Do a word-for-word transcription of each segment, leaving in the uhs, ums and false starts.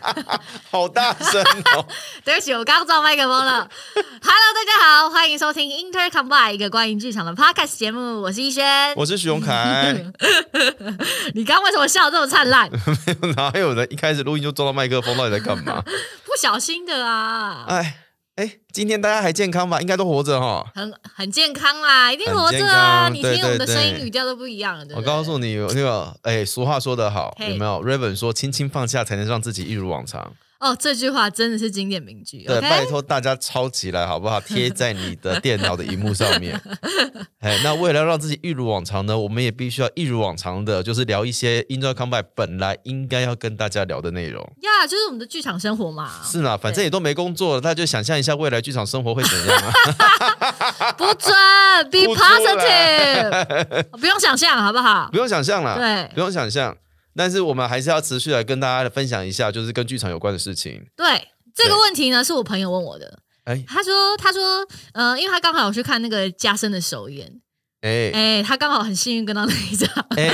好大声哦！ 对不起，我刚撞麦克风了。Hello， 大家好，欢迎收听 Intercombine 一个关于剧场的 podcast 节目，我是逸轩， 我是许荣凯。 你刚刚为什么笑得这么灿烂？ 没有，哪有人一开始录音就撞到麦克风？到底在干嘛？ 不小心的啊！ 哎哎，今天大家还健康吧？应该都活着哈， 很很健康啦，一定活着啊！你听我们的声音语调都不一样了。对对， 我告诉你，那个哎，俗话说得好，有没有 ？Raven 说：“轻轻放下，才能让自己一如往常。” 哦，这句话真的是经典名句。 对， okay? 拜托大家抄起来好不好？贴在你的电脑的荧幕上面。哎，那为了让自己一如往常呢，我们也必须要一如往常的，就是聊一些 Intercombine 本来应该要跟大家聊的内容。 呀， yeah, 就是我们的剧场生活嘛。 是啊，反正也都没工作了，大家就想象一下未来剧场生活会怎样啊？ 不准 ，be positive， 不用想象好不好？ 不用想象啦， 对， 不用想象。但是我们还是要持续来跟大家分享一下，就是跟剧场有关的事情。 对，这个问题呢是我朋友问我的。 哎， 他说，他说，呃，因为他刚好有去看那个嘉生的首演，哎哎，他刚好很幸运跟到那一场，哎，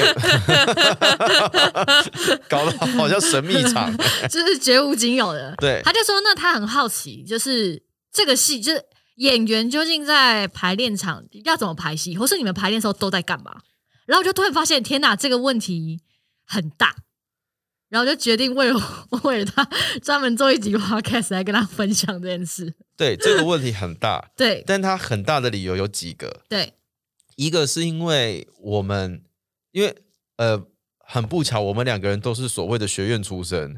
搞得好像神秘场， 就是绝无仅有的。 对， 他就说，那他很好奇，就是这个戏，就是演员究竟在排练场要怎么排戏，或是你们排练的时候都在干嘛？然后我就突然发现，天哪，这个问题很大，然后就决定为了为了他专门做一集 podcast 来跟他分享这件事。 对，这个问题很大， 对， 但它很大的理由有几个。 对， 一个是因为我们，因为呃，很不巧，我们两个人都是所谓的学院出身。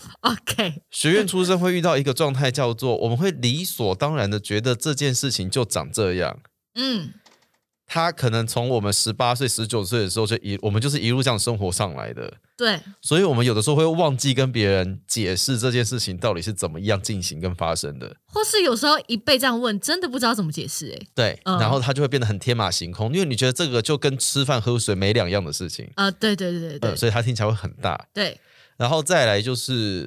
OK， 学院出身会遇到一个状态，叫做我们会理所当然的觉得这件事情就长这样。嗯。他可能从我们十八岁、十九岁的时候就一，我们就是一路这样生活上来的。 对，所以我们有的时候会忘记跟别人解释这件事情到底是怎么样进行跟发生的， 或是有时候一被这样问，真的不知道怎么解释。哎， 对、嗯，然后他就会变得很天马行空，因为你觉得这个就跟吃饭喝水没两样的事情啊、呃，对对对 对, 对、 呃，所以他听起来会很大。 对， 然后再来就是，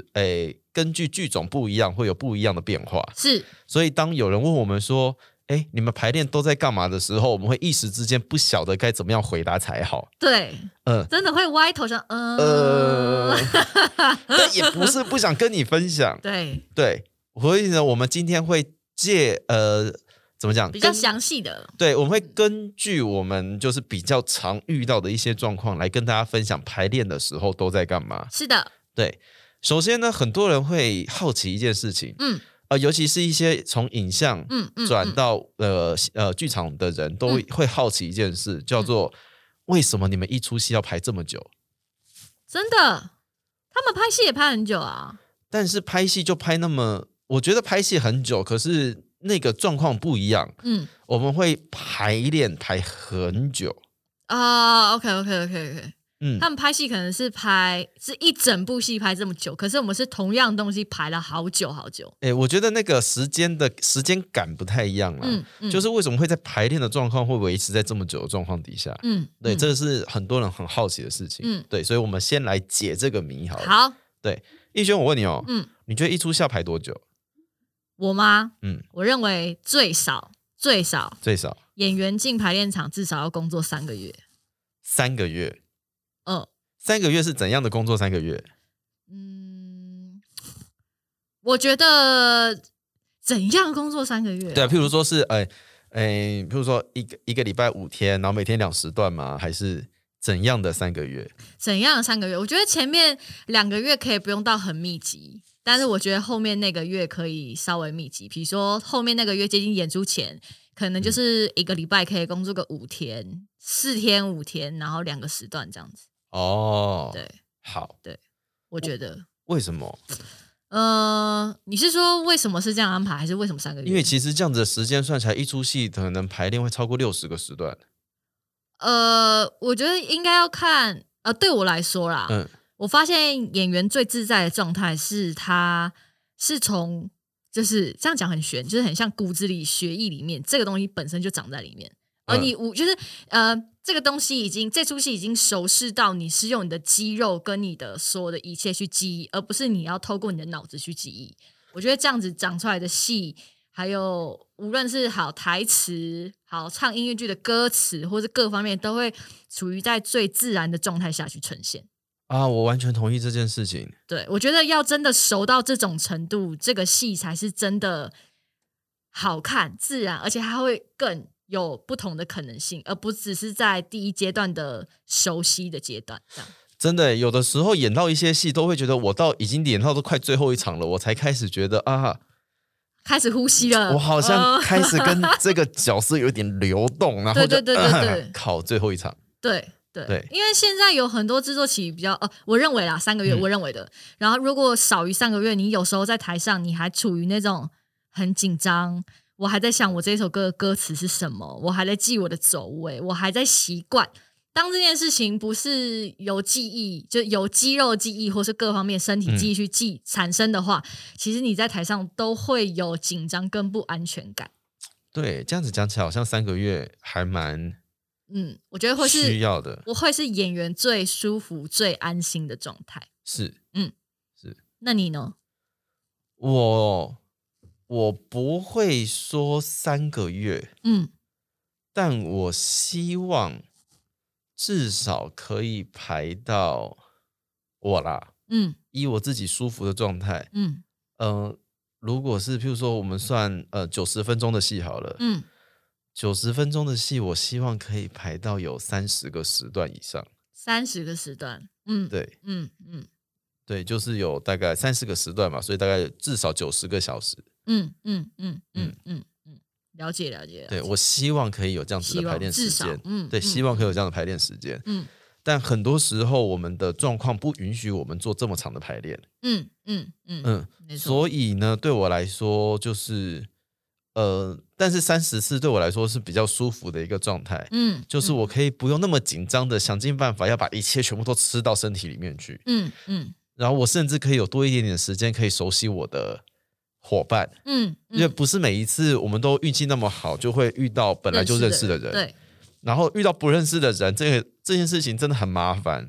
诶，根据剧种不一样，会有不一样的变化。 是， 所以当有人问我们说，哎，你们排练都在干嘛的时候，我们会一时之间不晓得该怎么样回答才好。 对，嗯，真的会歪头想，嗯、 呃，但也不是不想跟你分享。 对对，所以呢，我们今天会借呃，怎么讲， 比较详细的。 对，我们会根据我们就是比较常遇到的一些状况来跟大家分享排练的时候都在干嘛。 是的， 对。首先呢，很多人会好奇一件事情，嗯。呃，尤其是一些从影像转到、嗯嗯、呃呃剧场的人都会好奇一件事，嗯、叫做为什么你们一出戏要排这么久？ 真的，他们拍戏也拍很久啊。 但是拍戏就拍那么，我觉得拍戏很久，可是那个状况不一样。嗯，我们会排练排很久啊。OK OK OK OK。嗯，他们拍戏可能是拍是一整部戏拍这么久，可是我们是同样东西排了好久好久。 哎，我觉得那个时间的时间感不太一样了。嗯嗯，就是为什么会在排练的状况会维持在这么久的状况底下？嗯，对，嗯、这是很多人很好奇的事情。嗯，对，所以我们先来解这个谜好了。 好， 对，逸轩，我问你哦，嗯，你觉得一出戏要排多久？ 我吗？嗯，我认为最少最少最少演员进排练场至少要工作三个月。 三个月。嗯，三个月是怎样的工作？三个月， 嗯，我觉得怎样工作三个月、啊？ 对啊，譬如说是，哎、欸、哎、欸，譬如说一个一个礼拜五天，然后每天两时段吗？还是怎样的三个月？ 怎样的三个月？我觉得前面两个月可以不用到很密集，但是我觉得后面那个月可以稍微密集。比如说后面那个月接近演出前，可能就是一个礼拜可以工作个五天、四天、五天，然后两个时段这样子。 哦， 对， 好， 对，我觉得为什么？ 呃，你是说为什么是这样安排，还是为什么三个月？ 因为其实这样子的时间算起来，一出戏可能排练会超过六十个时段。 呃，我觉得应该要看，呃，对我来说啦，嗯，我发现演员最自在的状态是他是从就是这样讲很玄，就是很像骨子里血液里面这个东西本身就长在里面。而你我就是呃，这个东西已经这出戏已经熟识到你是用你的肌肉跟你的所有的一切去记忆，而不是你要透过你的脑子去记忆。我觉得这样子长出来的戏，还有无论是好台词、好唱音乐剧的歌词，或是各方面，都会处于在最自然的状态下去呈现。 啊，我完全同意这件事情。 对，我觉得要真的熟到这种程度，这个戏才是真的好看、自然，而且它会更有不同的可能性，而不只是在第一阶段的熟悉的阶段这样。 真的，有的时候演到一些戏，都会觉得我到已经演到都快最后一场了，我才开始觉得啊， 开始呼吸了， 我好像开始跟这个角色有点流动，然后就对对对对对， 考最后一场， 对。对, 对，因为现在有很多制作期比较呃，我认为啦，三个月，我认为的。嗯、然后如果少于三个月，你有时候在台上，你还处于那种很紧张，我还在想我这首歌的歌词是什么，我还在记我的走位，我还在习惯。当这件事情不是由记忆，就由肌肉记忆或是各方面身体记忆去记、嗯、产生的话，其实你在台上都会有紧张跟不安全感。 对，这样子讲起来，好像三个月还蛮。 嗯，我觉得会是需要的， 我会是演员最舒服、最安心的状态。 是， 嗯， 是。 那你呢？ 我我不会说三个月，嗯，但我希望至少可以排到我啦，嗯，以我自己舒服的状态，嗯，呃，如果是譬如说我们算呃九十分钟的戏好了，嗯。九十分钟的戏，我希望可以排到有三十个时段以上。 三十个时段，嗯， 对，嗯嗯，对，就是有大概三十个时段嘛，所以大概至少九十个小时。嗯嗯嗯嗯嗯嗯，了解了解。 对，我希望可以有这样子的排练时间，嗯，对，希望可以有这样的排练时间。嗯，但很多时候我们的状况不允许我们做这么长的排练。嗯嗯嗯嗯，所以呢，对我来说就是。呃，但是三十次对我来说是比较舒服的一个状态，嗯，就是我可以不用那么紧张的想尽办法要把一切全部都吃到身体里面去，嗯嗯，然后我甚至可以有多一点点时间可以熟悉我的伙伴，嗯，因为不是每一次我们都运气那么好，就会遇到本来就认识的人， 对， 然后遇到不认识的人，这个这件事情真的很麻烦，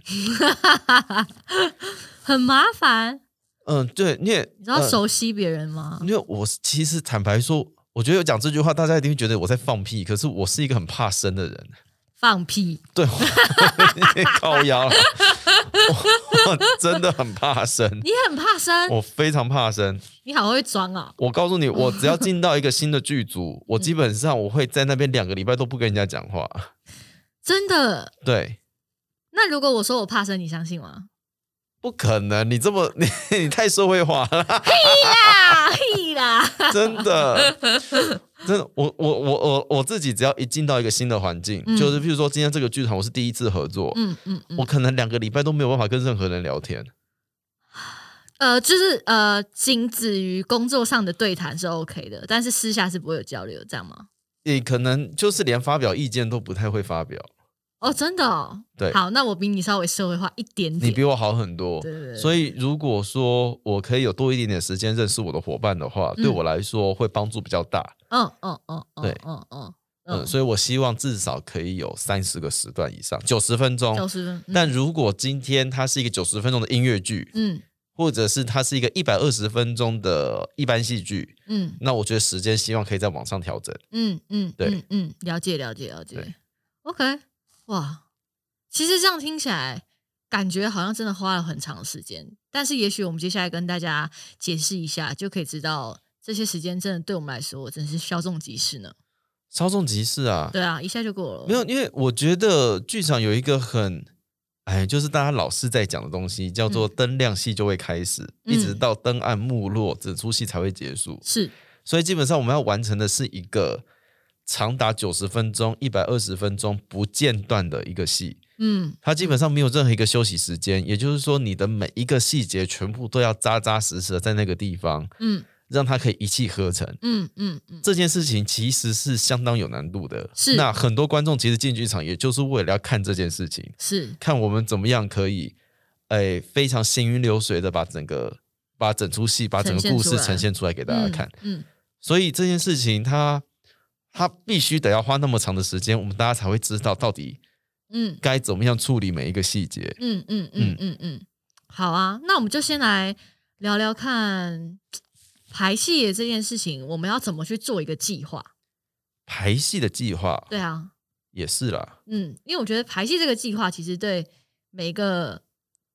很麻烦， 嗯，对，你也你知道熟悉别人吗？ 因为我其实坦白说。我觉得有讲这句话，大家一定会觉得我在放屁。可是我是一个很怕生的人。 放屁？ 对，靠腰了。我真的很怕生。 你很怕生？ 我非常怕生。 你好会装啊！ 我告诉你，我只要进到一个新的剧组，我基本上我会在那边两个礼拜都不跟人家讲话。 真的？ 对。 那如果我说我怕生，你相信吗？ 不可能，你这么你你太社会化了， 嘿啦嘿啦， 真的真的，我我我我我自己只要一进到一个新的环境，嗯、就是譬如说今天这个剧团我是第一次合作，嗯嗯嗯，我可能两个礼拜都没有办法跟任何人聊天。 呃，就是呃，仅止于工作上的对谈是 OK 的，但是私下是不会有交流，这样吗？ 也可能就是连发表意见都不太会发表。 哦，真的哦。 对， 好，那我比你稍微社会化一点点， 你比我好很多。 对对对。 所以如果说我可以有多一点点时间认识我的伙伴的话，嗯、对我来说会帮助比较大。嗯嗯嗯，对，嗯嗯嗯，所以我希望至少可以有三十个时段以上，九十分钟。 九十分。 但如果今天它是一个九十分钟的音乐剧，嗯，或者是它是一个一百二十分钟的一般戏剧，嗯，那我觉得时间希望可以再往上调整。嗯嗯，对， 嗯嗯，了解了解了解。OK， 哇。其实这样听起来，感觉好像真的花了很长的时间。但是也许我们接下来跟大家解释一下，就可以知道这些时间真的对我们来说，真的是稍纵即逝呢。 稍纵即逝啊！ 对啊，一下就过了。 没有，因为我觉得剧场有一个很，哎，就是大家老是在讲的东西，叫做灯亮戏就会开始，嗯、一直到灯暗幕落，整出戏才会结束。 是， 所以基本上我们要完成的是一个长达九十分钟、一百二十分钟不间断的一个戏。嗯，它基本上没有任何一个休息时间，也就是说，你的每一个细节全部都要扎扎实实的在那个地方，嗯，让它可以一气呵成。嗯嗯嗯，这件事情其实是相当有难度的。 是， 那很多观众其实进剧场，也就是为了要看这件事情， 是看我们怎么样可以，哎，非常行云流水的把整个把整出戏、把整个故事呈现出来给大家看。嗯，嗯所以这件事情它它必须得要花那么长的时间，我们大家才会知道到底。嗯，该怎么样处理每一个细节？ 嗯嗯嗯嗯嗯，好啊，那我们就先来聊聊看排戏的这件事情，我们要怎么去做一个计划？ 排戏的计划， 对啊， 也是啦。 嗯，因为我觉得排戏这个计划，其实对每一个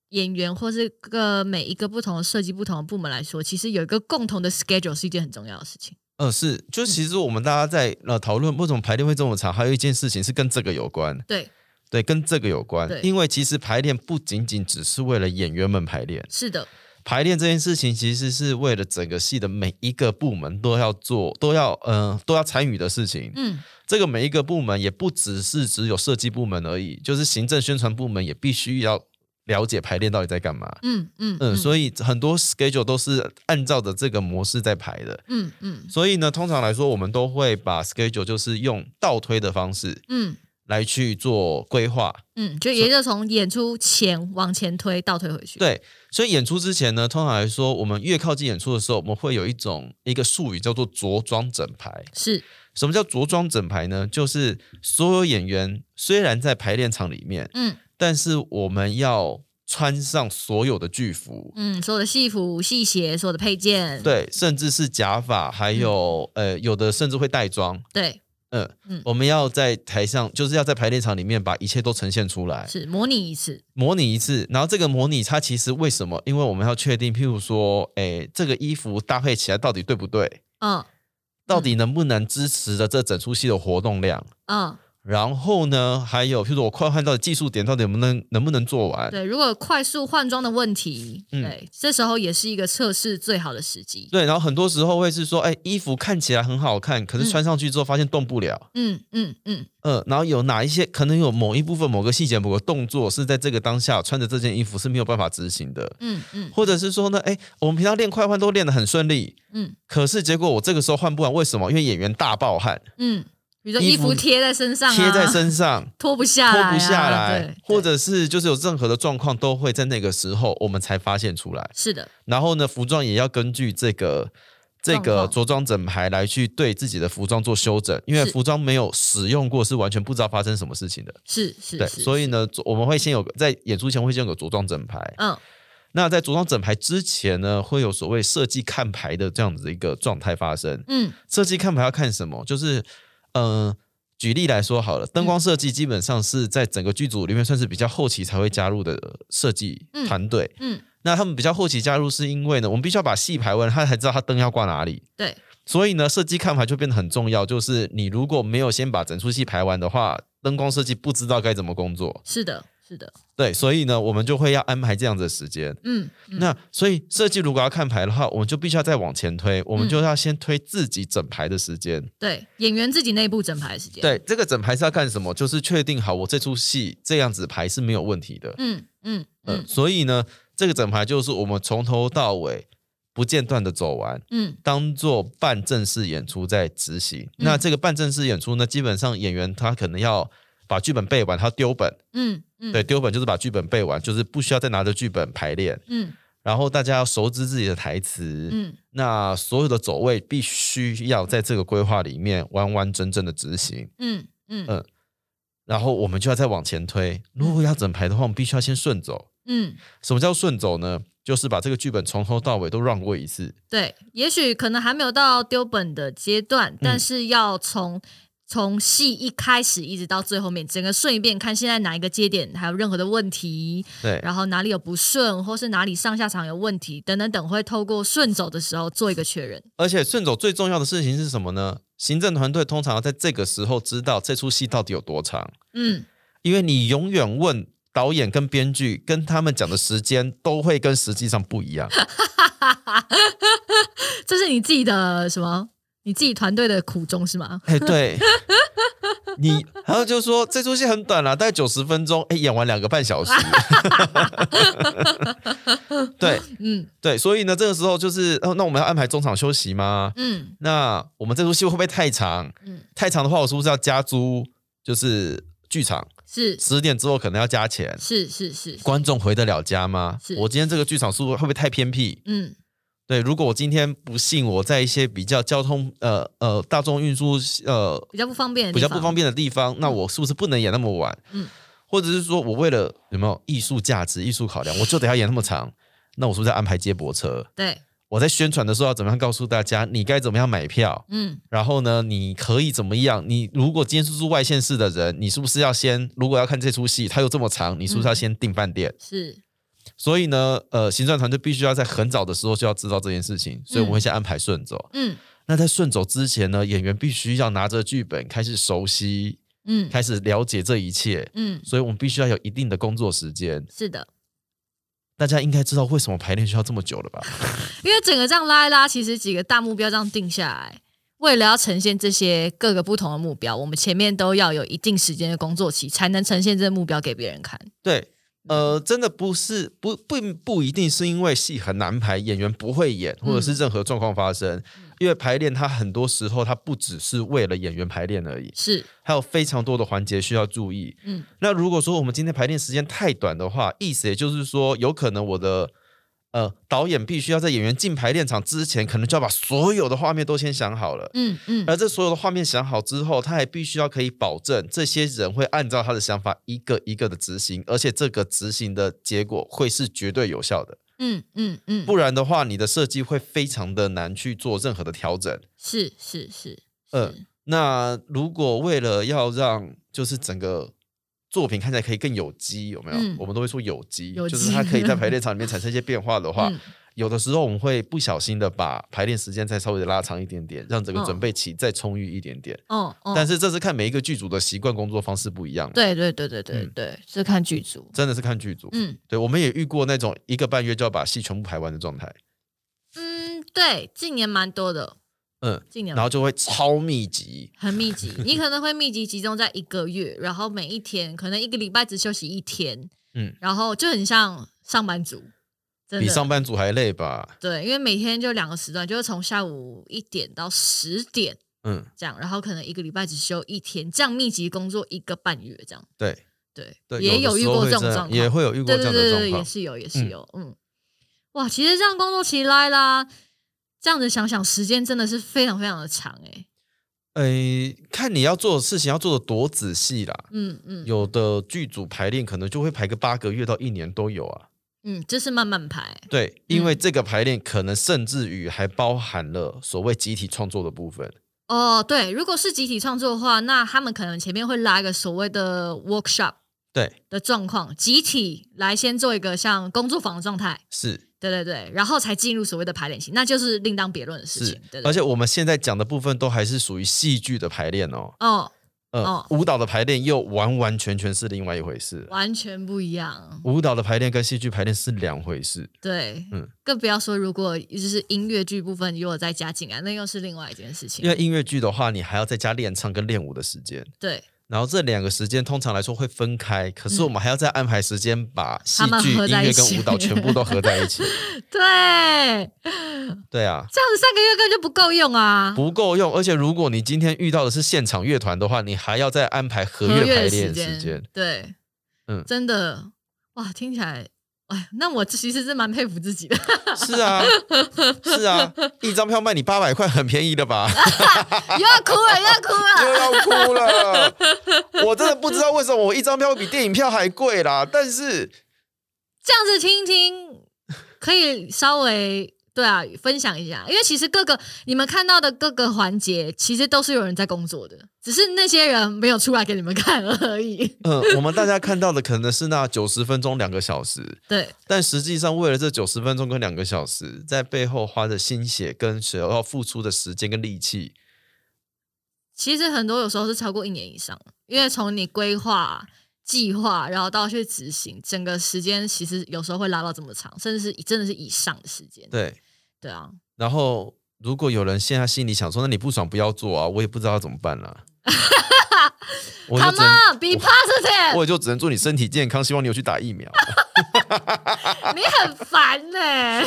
演员或是个每一个不同的设计不同的部门来说，其实有一个共同的 schedule 是一件很重要的事情。 呃，是，就其实我们大家在呃讨论为什么排练会这么长，还有一件事情是跟这个有关。 对对，跟这个有关，因为其实排练不仅仅只是为了演员们排练， 是的， 排练这件事情其实是为了整个戏的每一个部门都要做，都要呃都要参与的事情。嗯，这个每一个部门也不只是只有设计部门而已，就是行政宣传部门也必须要了解排练到底在干嘛。嗯嗯嗯，所以很多 schedule 都是按照着这个模式在排的。嗯嗯，所以呢，通常来说，我们都会把 schedule 就是用倒推的方式。嗯。来去做规划， 嗯，就也就从演出前往前推，倒推回去。 对，所以演出之前呢，通常来说，我们越靠近演出的时候，我们会有一种一个术语叫做着装整排。 是， 什么叫着装整排呢？就是所有演员虽然在排练场里面，嗯，但是我们要穿上所有的剧服， 嗯，所有的戏服、戏鞋、所有的配件， 对，甚至是假发，还有、嗯、呃，有的甚至会带妆， 对。 嗯嗯，我们要在台上，就是要在排练场里面把一切都呈现出来， 是模拟一次， 模拟一次。然后这个模拟它其实为什么？因为我们要确定，譬如说，哎，这个衣服搭配起来到底对不对？嗯，到底能不能支持的这整出戏的活动量？嗯。然后呢，还有譬如说我快换到的技术点到底能不能能不能做完？ 对，如果有快速换装的问题，嗯、对，这时候也是一个测试最好的时机。 对，然后很多时候会是说，哎，衣服看起来很好看，可是穿上去之后发现动不了。嗯嗯嗯嗯，然后有哪一些可能有某一部分某个细节某个动作是在这个当下穿着这件衣服是没有办法执行的。嗯嗯，或者是说呢，哎，我们平常练快换都练得很顺利，嗯，可是结果我这个时候换不完，为什么？因为演员大爆汗。嗯。 比如说衣服贴在身上、啊， 贴在身上， 脱不下来、啊， 脱不下来，或者是就是有任何的状况，都会在那个时候我们才发现出来。 是的， 然后呢，服装也要根据这个这个着装整排来去对自己的服装做修整，因为服装没有使用过，是完全不知道发生什么事情的。 是是， 对，所以呢，我们会先有在演出前会先有个着装整排，嗯。那在着装整排之前呢，会有所谓设计看排的这样子的一个状态发生。嗯，设计看排要看什么？就是嗯、呃，举例来说好了，灯光设计基本上是在整个剧组里面算是比较后期才会加入的设计团队。嗯，嗯那他们比较后期加入是因为呢，我们必须要把戏排完，他才知道他灯要挂哪里。 对， 所以呢，设计看排就变得很重要。就是你如果没有先把整出戏排完的话，灯光设计不知道该怎么工作。 是的。是的， 对，所以呢，我们就会要安排这样子的时间。嗯，嗯那所以设计如果要看排的话，我们就必须要再往前推，我们就要先推自己整排的时间。 对，演员自己内部整排的时间。 对，这个整排是要干什么？就是确定好我这出戏这样子排是没有问题的。嗯嗯嗯、呃，所以呢，这个整排就是我们从头到尾不间断的走完，嗯，当做半正式演出在执行。嗯、那这个半正式演出呢，基本上演员他可能要把剧本背完，他丢本。嗯。嗯、对，丢本就是把剧本背完，就是不需要再拿着剧本排练。嗯，然后大家要熟知自己的台词。嗯，那所有的走位必须要在这个规划里面完完整整的执行。嗯嗯嗯，然后我们就要再往前推。如果要整排的话，我们必须要先顺走。嗯，什么叫顺走呢？就是把这个剧本从头到尾都run过一次。 对，也许可能还没有到丢本的阶段，但是要从。从戏一开始一直到最后面，整个顺一遍，看现在哪一个节点还有任何的问题， 对， 然后哪里有不顺，或是哪里上下场有问题，等等等，会透过顺走的时候做一个确认。 而且顺走最重要的事情是什么呢？行政团队通常要在这个时候知道这出戏到底有多长。嗯，因为你永远问导演跟编剧，跟他们讲的时间都会跟实际上不一样。 这是你自己的什么？你自己团队的苦衷是吗？ 哎，对，你然后就说这出戏很短啦，大概九十分钟，哎，演完两个半小时。对，嗯，对，所以呢，这个时候就是，哦，那我们要安排中场休息吗？嗯，那我们这出戏会不会太长？嗯，太长的话，我是不是要加租？就是剧场是十点之后可能要加钱。 是是 是, 是， 观众回得了家吗？是，我今天这个剧场是不是会不会太偏僻？嗯。对，如果我今天不幸我在一些比较交通呃呃大众运输呃比较不方便的比较不方便的地方，那我是不是不能演那么晚？嗯，或者是说我为了有没有艺术价值、艺术考量，我就得要演那么长，那我是不是要安排接驳车？ 对， 我在宣传的时候要怎么样告诉大家你该怎么样买票？嗯，然后呢，你可以怎么样？你如果今天是住外县市的人，你是不是要先如果要看这出戏，它又这么长，你是不是要先订饭店？ 是。 所以呢，呃，行政团队必须要在很早的时候就要知道这件事情，所以我们会先安排顺走。嗯，那在顺走之前呢，演员必须要拿着剧本开始熟悉，嗯，开始了解这一切，嗯，所以我们必须要有一定的工作时间。 是的， 大家应该知道为什么排练需要这么久了吧？ 因为整个这样拉一拉，其实几个大目标这样定下来，为了要呈现这些各个不同的目标，我们前面都要有一定时间的工作期，才能呈现这个目标给别人看。 对。呃，真的不是不不不一定是因为戏很难排，演员不会演，或者是任何状况发生。嗯、因为排练它很多时候它不只是为了演员排练而已， 是还有非常多的环节需要注意。嗯，那如果说我们今天排练时间太短的话，意思也就是说，有可能我的呃导演必须要在演员进排练场之前，可能就要把所有的画面都先想好了。嗯嗯，而这所有的画面想好之后，他还必须要可以保证这些人会按照他的想法一个一个的执行，而且这个执行的结果会是绝对有效的。嗯嗯嗯，不然的话，你的设计会非常的难去做任何的调整。 是是是， 嗯、呃，那如果为了要让就是整个作品看起来可以更有机，有没有？嗯、我们都会说有机，就是它可以在排练场里面产生一些变化的话，嗯、有的时候我们会不小心的把排练时间再稍微的拉长一点点，让整个准备期再充裕一点点。哦哦、但是这是看每一个剧组的习惯工作方式不一样。 对对对对对对，嗯、是看剧组， 真的是看剧组。嗯，对，我们也遇过那种一个半月就要把戏全部排完的状态。 嗯，对，近年蛮多的。 嗯，然后就会超密集， 很密集。你可能会密集集中在一个月，然后每一天可能一个礼拜只休息一天，嗯，然后就很像上班族，真的比上班族还累吧？ 对，因为每天就两个时段，就是从下午一点到十点，嗯，这样，然后可能一个礼拜只休一天，这样密集工作一个半月，这样。 对对对，也有遇过这种状况， 也会有遇过这样的状况， 对对对，也是有，也是有，嗯，嗯哇，其实这样工作起来啦。这样子想想，时间真的是非常非常的长哎、 欸。诶，看你要做的事情要做的多仔细啦。嗯嗯，有的剧组排练可能就会排个八个月到一年都有啊。 嗯，就是慢慢排。 对，因为这个排练可能甚至于还包含了所谓集体创作的部分。 哦，对，如果是集体创作的话，那他们可能前面会拉一个所谓的 workshop。 对的状况，集体来先做一个像工作坊的状态， 是对对对，然后才进入所谓的排练期，那就是另当别论的事情。对对对， 而且我们现在讲的部分都还是属于戏剧的排练哦。哦，呃、哦，舞蹈的排练又完完全全是另外一回事， 完全不一样。 舞蹈的排练跟戏剧排练是两回事。 对，嗯，更不要说如果就是音乐剧部分如果再加进来，那又是另外一件事情。 因为音乐剧的话，你还要再加练唱跟练舞的时间。 对。 然后这两个时间通常来说会分开，可是我们还要再安排时间把戏剧、音乐跟舞蹈全部都合在一起。 对， 对啊， 这样子三个月根本就不够用啊， 不够用。而且如果你今天遇到的是现场乐团的话，你还要再安排合乐排练时间。 对，嗯，真的，哇，听起来。哎，那我其实是蛮佩服自己的。 是啊，是啊，一张票卖你八百块，很便宜的吧？ 又要哭了，又要哭了， 又要哭了。我真的不知道为什么我一张票比电影票还贵啦。但是这样子听听，可以稍微对啊分享一下，因为其实各个你们看到的各个环节，其实都是有人在工作的。只是那些人没有出来给你们看而已。 嗯，我们大家看到的可能是那九十分钟两个小时， 对。 但实际上，为了这九十分钟跟两个小时，在背后花的心血跟所要付出的时间跟力气， 其实很多有时候是超过一年以上，因为从你规划、计划，然后到去执行，整个时间其实有时候会拉到这么长，甚至是真的是以上的时间。 对， 对啊。 然后，如果有人现在心里想说，那你不爽不要做啊，我也不知道要怎么办啦、啊。 Come on, be positive。 我也就只能祝你身体健康，希望你有去打疫苗。 你很烦欸。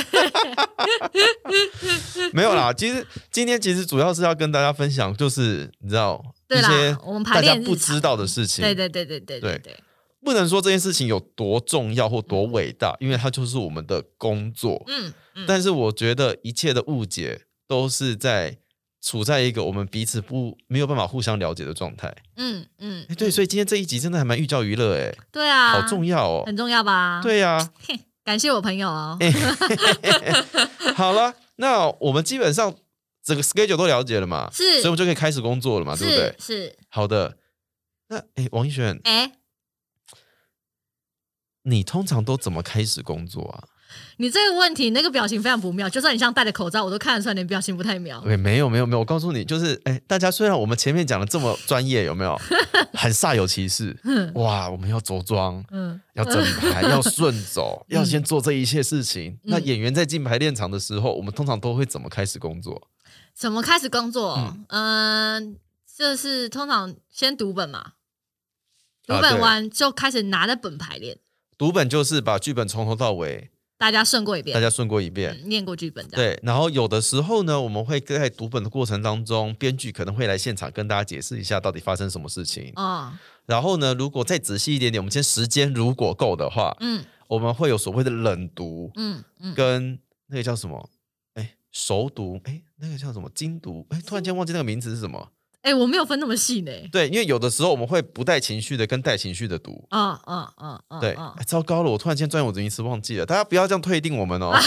没有啦，其实今天其实主要是要跟大家分享，就是你知道一些大家不知道的事情。 对对对对对对对。 不能说这件事情有多重要或多伟大，因为它就是我们的工作。嗯嗯。但是我觉得一切的误解都是在。处在一个我们彼此不没有办法互相了解的状态，嗯嗯、欸，对，所以今天这一集真的还蛮寓教于乐哎， 对啊， 好重要哦， 很重要吧？ 对呀、啊， 感谢我朋友哦。 好了，那我们基本上整个 schedule 都了解了嘛， 是， 所以我们就可以开始工作了嘛，对不对？ 是， 好的。那哎，王一璇，哎， 你通常都怎么开始工作啊？ 你这个问题那个表情非常不妙，就算你像戴着口罩我都看得出来你表情不太妙。 对，没有没有没有，我告诉你就是哎，大家虽然我们前面讲的这么专业，有没有很煞有其事哇，我们要着装、嗯、要整排要顺走、嗯、要先做这一切事情、嗯、那演员在进排练场的时候我们通常都会怎么开始工作？ 怎么开始工作？嗯、呃，就是通常先读本嘛，读本完就开始拿着本排练、啊、 读本就是把剧本从头到尾大家顺过一遍， 大家顺过一遍、 嗯、念过剧本这样。 对，然后有的时候呢我们会在读本的过程当中，编剧可能会来现场跟大家解释一下到底发生什么事情、哦、然后呢如果再仔细一点点，我们今天时间如果够的话，嗯，我们会有所谓的冷读，嗯嗯，跟那个叫什么哎熟读，哎那个叫什么精读，哎突然间忘记那个名字是什么。 哎、欸，我没有分那么细呢。 对，因为有的时候我们会不带情绪的跟带情绪的读。 嗯嗯嗯嗯， 对、欸，糟糕了，我突然间专有名词忘记了，大家不要这样退订我们哦。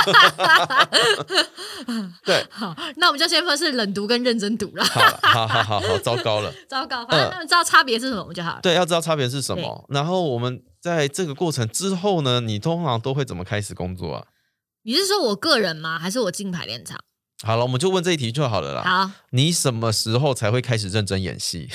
对， 好，那我们就先分是冷读跟认真读了。 好，好，好，好，好，糟糕了， 糟糕，反正他们知道差别是什么就好了、嗯。 对，要知道差别是什么。然后我们在这个过程之后呢，你通常都会怎么开始工作啊？ 你是说我个人吗？还是我进排练场？ 好了，我们就问这一题就好了啦。 好， 你什么时候才会开始认真演戏？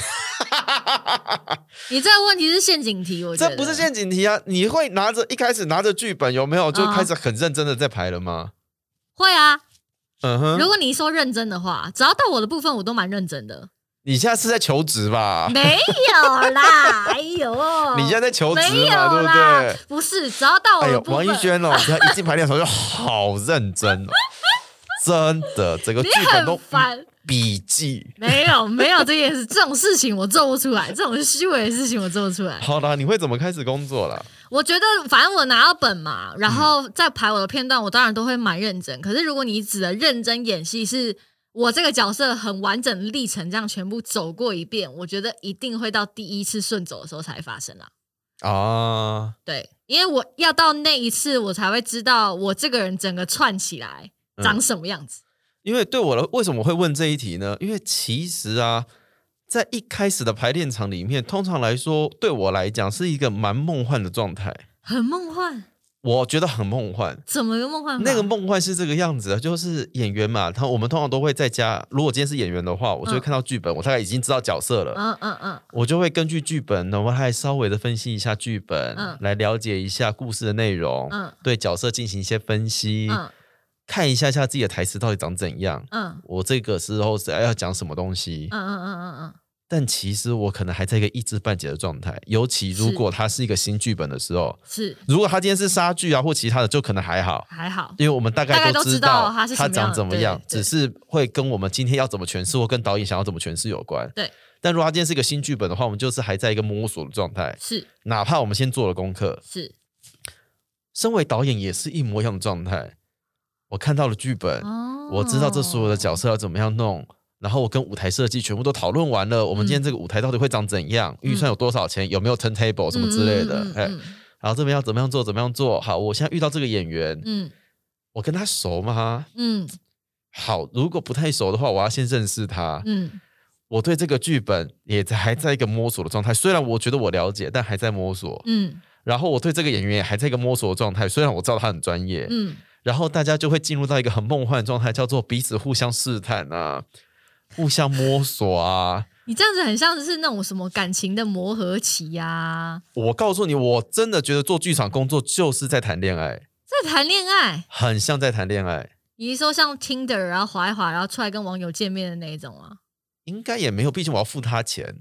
你这个问题是陷阱题，我觉得这不是陷阱题啊！你会拿着一开始拿着剧本有没有就开始很认真的在排了吗？ 会啊， 嗯哼。 如果你说认真的话，只要到我的部分我都蛮认真的。 你现在是在求职吧？ 没有啦，哎呦， 你现在在求职嘛，对不对？ 不是，只要到我的部分。 哎呦，王一轩哦，只要一进排练场就好认真哦。真的，整个剧本都笔记。 没有没有这件事，这种事情我做不出来，这种虚伪的事情我做不出来。 好啦，你会怎么开始工作啦？ 我觉得反正我拿到本嘛，然后再排我的片段，我当然都会蛮认真。可是如果你指的认真演戏，是我这个角色很完整的历程，这样全部走过一遍，我觉得一定会到第一次顺走的时候才发生啦。 啊， 对，因为我要到那一次，我才会知道我这个人整个串起来长什么样子、嗯、 因为对我的为什么会问这一题呢？因为其实啊在一开始的排练场里面，通常来说对我来讲是一个蛮梦幻的状态。 很梦幻？ 我觉得很梦幻。 怎么个梦幻法？ 那个梦幻是这个样子的，就是演员嘛，他我们通常都会在家，如果今天是演员的话，我就会看到剧本、嗯、我大概已经知道角色了，嗯嗯嗯，我就会根据剧本然后还稍微的分析一下剧本、嗯、来了解一下故事的内容、嗯、对角色进行一些分析、嗯，看一下下自己的台词到底长怎样，嗯，我这个时候是要讲什么东西，嗯嗯嗯嗯嗯，但其实我可能还在一个一知半解的状态，尤其如果它是一个新剧本的时候，是如果他今天是杀剧啊或其他的，就可能还好， 还好， 因为我们大概都知道他长怎么样，只是会跟我们今天要怎么诠释或跟导演想要怎么诠释有关。 对， 但如果他今天是一个新剧本的话，我们就是还在一个摸索的状态，是，哪怕我们先做了功课，是，身为导演也是一模一样的状态。我看到了剧本、哦、我知道这所有的角色要怎么样弄，然后我跟舞台设计全部都讨论完了、嗯、我们今天这个舞台到底会长怎样、嗯、预算有多少钱，有没有 turntable 什么之类的、嗯嗯嗯、然后这边要怎么样做怎么样做。好，我现在遇到这个演员、嗯、我跟他熟吗？嗯，好，如果不太熟的话，我要先认识他。嗯，我对这个剧本也还在一个摸索的状态，虽然我觉得我了解，但还在摸索。嗯，然后我对这个演员也还在一个摸索的状态，虽然我知道他很专业。嗯，然后大家就会进入到一个很梦幻的状态，叫做彼此互相试探啊，互相摸索啊。 你这样子很像是那种什么感情的磨合期啊。 我告诉你，我真的觉得做剧场工作就是在谈恋爱。 在谈恋爱？ 很像在谈恋爱。 你是说像 Tinder 然后滑一滑然后出来跟网友见面的那一种啊？ 应该也没有，毕竟我要付他钱。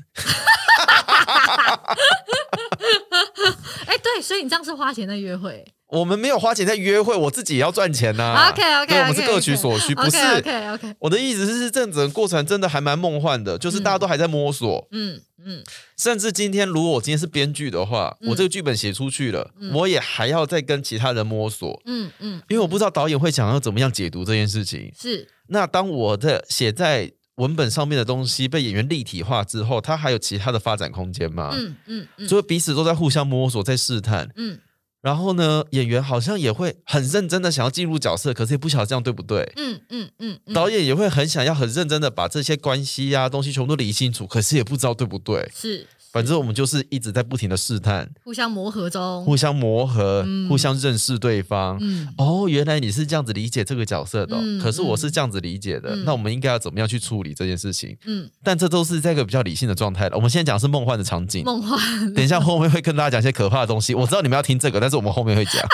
哎、欸，对，所以你这样是花钱在约会。 我们没有花钱在约会，我自己也要赚钱啊。 OK OK， 对，我们是各取所需， okay, 不是 OK OK。 我的意思是，这整个过程真的还蛮梦幻的，就是大家都还在摸索。嗯嗯。甚至今天，如果我今天是编剧的话，嗯、我这个剧本写出去了、嗯，我也还要再跟其他人摸索。嗯嗯。因为我不知道导演会想要怎么样解读这件事情。是。那当我的写在文本上面的东西被演员立体化之后，它还有其他的发展空间吗？嗯嗯嗯。所以彼此都在互相摸索，在试探。嗯。然后呢，演员好像也会很认真的想要进入角色，可是也不晓得这样对不对。嗯嗯 嗯, 嗯。导演也会很想要很认真的把这些关系啊东西全部都理清楚，可是也不知道对不对。是。 反正我们就是一直在不停的试探， 互相磨合中， 互相磨合、 嗯、 互相认识对方、嗯、哦，原来你是这样子理解这个角色的、哦嗯、可是我是这样子理解的、嗯、那我们应该要怎么样去处理这件事情、嗯、但这都是在一个比较理性的状态。我们现在讲的是梦幻的场景， 梦幻， 等一下后面会跟大家讲一些可怕的东西，我知道你们要听这个，但是我们后面会讲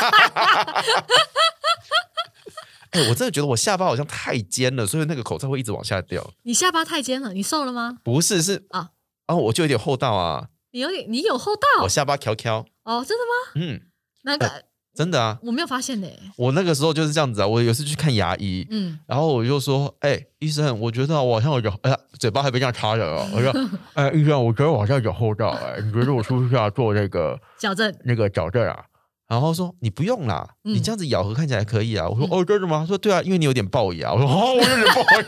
哎、欸，我真的觉得我下巴好像太尖了，所以那个口罩会一直往下掉。 你下巴太尖了，你瘦了吗？ 不是，是啊，啊，我就有点厚道啊。 你有点，你有厚道？ 我下巴翘翘。 哦，真的吗？ 嗯， 那个、 呃、真的啊， 我没有发现呢、欸。 我那个时候就是这样子啊，我有一次去看牙医，嗯，然后我就说，哎、欸，医生，我觉得我好像有，哎呀，嘴巴还被这样插着哦。我说，哎、欸，医生，我觉得我好像有厚道，哎，你觉得我是不是要做那个矫正？ 那个矫正啊？然后说你不用啦、嗯，你这样子咬合看起来可以啊。我说、嗯、哦，真的吗？他说对啊，因为你有点龅牙。我说哦，我有点龅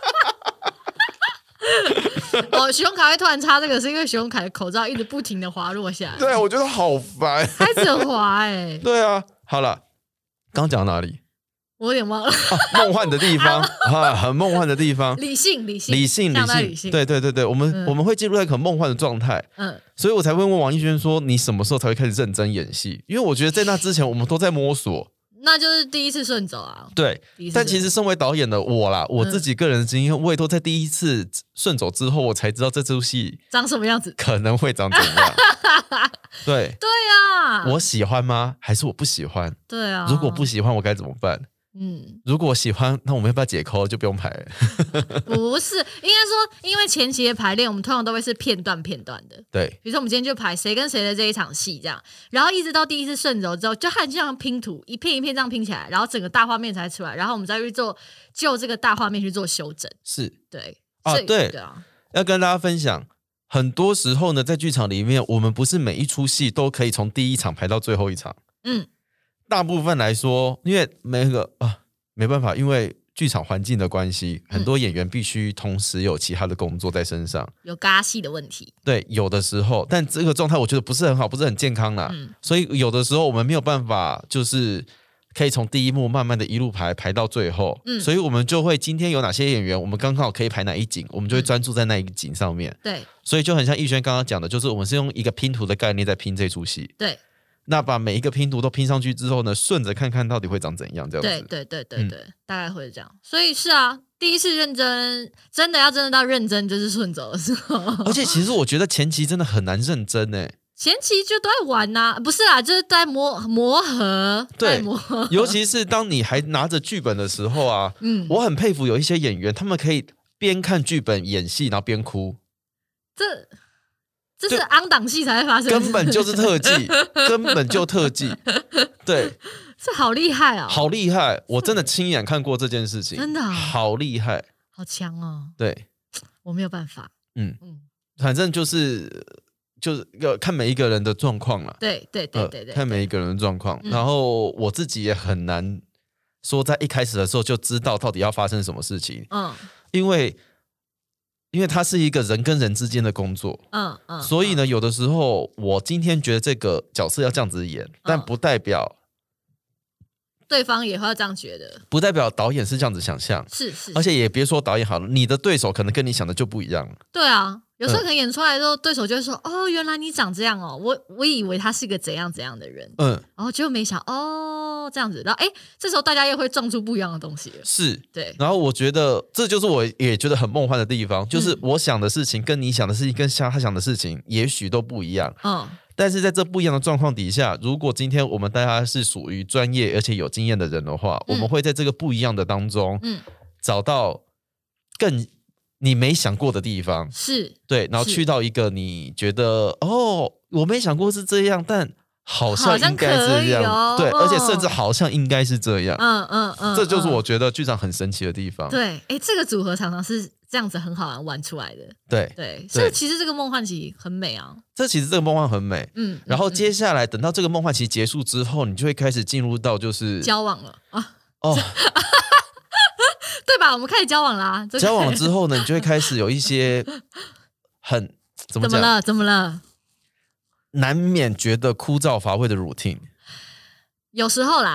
牙。哦，徐荣凯会突然插这个，是因为徐荣凯的口罩一直不停的滑落下来。 对啊，我觉得好烦， 开始滑哎、欸。 对啊，好了，刚讲到哪里？ 我有点忘了。 啊、梦幻的地方啊，很梦幻的地方。 理性，理性， 理性，理性， 理性。 对对对对，我们、嗯、我们会进入一个很梦幻的状态。嗯，所以我才会问王艺轩说，你什么时候才会开始认真演戏？因为我觉得在那之前，我们都在摸索。 那就是第一次顺走啊。 对，但其实身为导演的我啦，我自己个人的经验、嗯，我也都在第一次顺走之后，我才知道这出戏长什么样子， 可能会长怎样。对对啊， 我喜欢吗？还是我不喜欢？ 对啊， 如果不喜欢，我该怎么办？嗯，如果我喜欢，那我们要不要解扣就不用排了？ 不是，应该说，因为前期的排练，我们通常都会是片段片段的。 对， 比如说我们今天就排谁跟谁的这一场戏，这样，然后一直到第一次顺走之后，就很像拼图，一片一片这样拼起来，然后整个大画面才出来，然后我们再去做就这个大画面去做修整。 是， 对啊，对， 对啊， 要跟大家分享。很多时候呢，在剧场里面，我们不是每一出戏都可以从第一场排到最后一场。嗯。大部分来说，因为每个啊没办法，因为剧场环境的关系，很多演员必须同时有其他的工作在身上， 有尬戏的问题。 对，有的时候，但这个状态我觉得不是很好，不是很健康啦。嗯、所以有的时候我们没有办法，就是可以从第一幕慢慢的一路排排到最后。嗯，所以我们就会今天有哪些演员，我们刚好可以排哪一景，我们就会专注在那一景上面。 对、嗯， 所以就很像逸轩刚刚讲的，就是我们是用一个拼图的概念在拼这出戏。 对。 那把每一个拼图都拼上去之后呢，顺着看看到底会长怎样，这样子。 对对对对对、嗯，大概会这样。所以是啊，第一次认真，真的要真的到认真，就是顺走的时候。 而且其实我觉得前期真的很难认真诶。 前期就都在玩呐、啊，不是啦，就是在磨磨合。 对， 磨合尤其是当你还拿着剧本的时候啊，嗯，我很佩服有一些演员，他们可以边看剧本演戏，然后边哭。 这。这是昂档戏才会发生， 根本就是特技，根本就特技，对， 这好厉害啊、哦， 好厉害！我真的亲眼看过这件事情， 真的、哦、 好厉害， 好强哦。 对， 我没有办法， 嗯嗯，反正就是就是要看每一个人的状况啦， 对对对对对、 呃，看每一个人的状况、嗯。然后我自己也很难说在一开始的时候就知道到底要发生什么事情，嗯，因为。因为它是一个人跟人之间的工作，嗯嗯，所以呢，有的时候我今天觉得这个角色要这样子演，嗯、但不代表对方也会要这样觉得， 不代表导演是这样子想象， 是 是, 是， 而且也别说导演好了，你的对手可能跟你想的就不一样。 对啊，有时候可能演出来之后，嗯、对手就会说：“哦，原来你长这样哦，我我以为他是个怎样怎样的人。”嗯，然后结果没想哦这样子，然后哎，这时候大家又会撞出不一样的东西了。 是， 对。 然后我觉得这就是我也觉得很梦幻的地方，就是我想的事情跟你想的事情跟他想的事情也许都不一样。嗯。但是在这不一样的状况底下，如果今天我们大家是属于专业而且有经验的人的话，嗯、我们会在这个不一样的当中，嗯，找到更你没想过的地方， 是对，然后去到一个你觉得哦，我没想过是这样，但好像应该是这样， 哦、 对，而且甚至好像应该是这样， 嗯嗯嗯， 这就是我觉得剧场很神奇的地方。 对，哎，这个组合常常是这样子很好玩玩出来的， 对对，所以其实这个梦幻期很美啊。 这其实这个梦幻很美，嗯，然后接下来等到这个梦幻期结束之后，你就会开始进入到就是交往了啊， 哦。 对吧？我们开始交往啦、啊。 交往了之后呢，你就会开始有一些很怎么讲？ 怎么了？怎么了？ 难免觉得枯燥乏味的 routine。 有时候啦，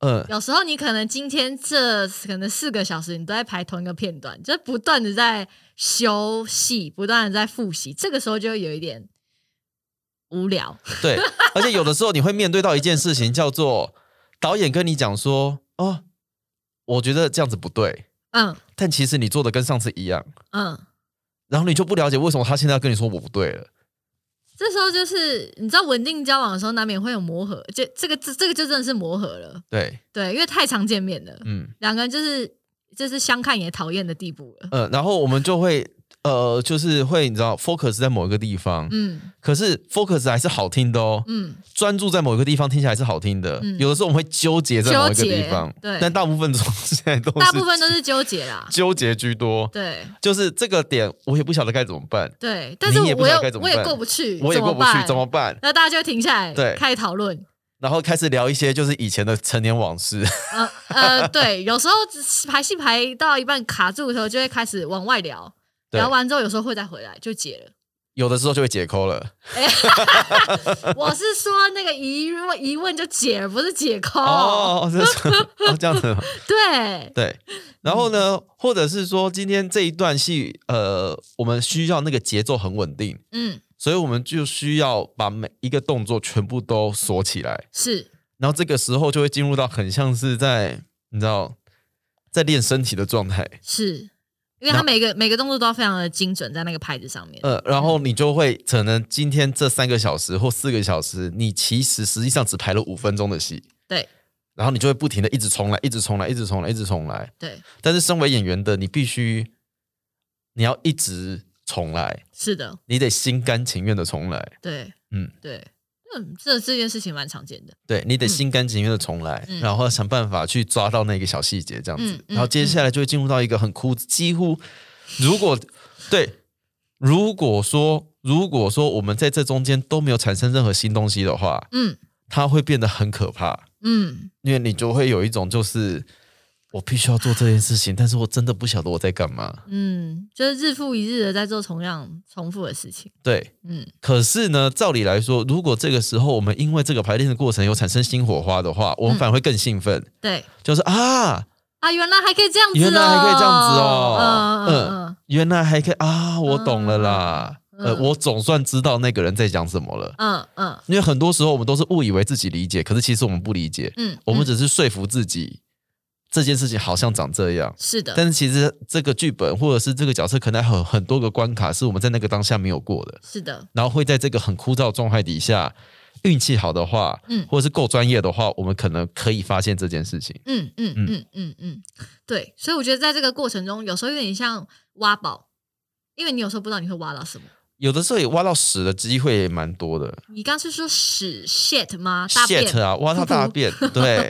嗯，有时候你可能今天这可能四个小时你都在排同一个片段，就不断的在修戏，不断的在复习，这个时候就会有一点无聊。 对，而且有的时候你会面对到一件事情，叫做导演跟你讲说，哦，我觉得这样子不对，嗯，但其实你做的跟上次一样，嗯，然后你就不了解为什么他现在要跟你说我不对了。 这时候就是你知道稳定交往的时候难免会有磨合，就这个这这个就真的是磨合了。 对对，因为太常见面了，嗯，两个人就是就是相看也讨厌的地步了。 嗯，然后我们就会呃，就是会你知道 focus 在某一个地方，嗯，可是 focus 还是好听的哦，嗯，专注在某一个地方听起来是好听的，嗯，有的时候我们会纠结在某一个地方， 对， 但大部分现在都是大部分都是纠结啦， 纠结居多， 对， 就是这个点我也不晓得该怎么办， 对，但是我也我也过不去， 我也过不去，怎么办？ 那大家就会停下来，对，开始讨论。 然后开始聊一些就是以前的陈年往事。 呃呃，对，有时候排戏排到一半卡住的时候，就会开始往外聊，聊完之后有时候会再回来就解了。 有的时候就会解扣了。 我是说那个疑问疑问就解，不是解扣。 哦，这哦这样子吗？ 对对。然后呢，或者是说今天这一段戏，呃，我们需要那个节奏很稳定。嗯。所以我们就需要把每一个动作全部都锁起来， 是， 然后这个时候就会进入到很像是在你知道在练身体的状态， 是因为它每个每个动作都要非常的精准在那个拍子上面， 呃，然后你就会可能今天这三个小时或四个小时，你其实实际上只排了五分钟的戏， 对， 然后你就会不停的一直重来，一直重来，一直重来，一直重来， 对， 但是身为演员的你必须你要一直重来， 是的， 你得心甘情愿的重来。 对，嗯，对，嗯，这这件事情蛮常见的。 对，你得心甘情愿的重来，嗯、然后想办法去抓到那个小细节，这样子。嗯嗯、然后接下来就会进入到一个很哭，几乎如果对，如果说如果说我们在这中间都没有产生任何新东西的话，嗯，它会变得很可怕。嗯，因为你就会有一种就是。我必须要做这件事情，但是我真的不晓得我在干嘛。 嗯，就是日复一日的在做同样重复的事情。 对，嗯。可是呢，照理来说，如果这个时候我们因为这个排练的过程有产生新火花的话，我们反而会更兴奋。嗯、 对， 就是啊啊，原来还可以这样子、哦， 原来还可以这样子哦，嗯嗯，嗯原来还可以啊，我懂了啦。嗯、呃，我总算知道那个人在讲什么了。嗯嗯。因为很多时候我们都是误以为自己理解，可是其实我们不理解。嗯，我们只是说服自己。这件事情好像长这样， 是的， 但是其实这个剧本或者是这个角色可能还有很多个关卡是我们在那个当下没有过的， 是的， 然后会在这个很枯燥的状态底下，运气好的话，嗯，或者是够专业的话，我们可能可以发现这件事情。 嗯嗯嗯嗯嗯嗯，对，所以我觉得在这个过程中，有时候有点像挖宝，因为你有时候不知道你会挖到什么。 有的时候也挖到屎的机会也蛮多的。 你刚是说屎 shit 吗？大便 shit 啊，挖到大便，对。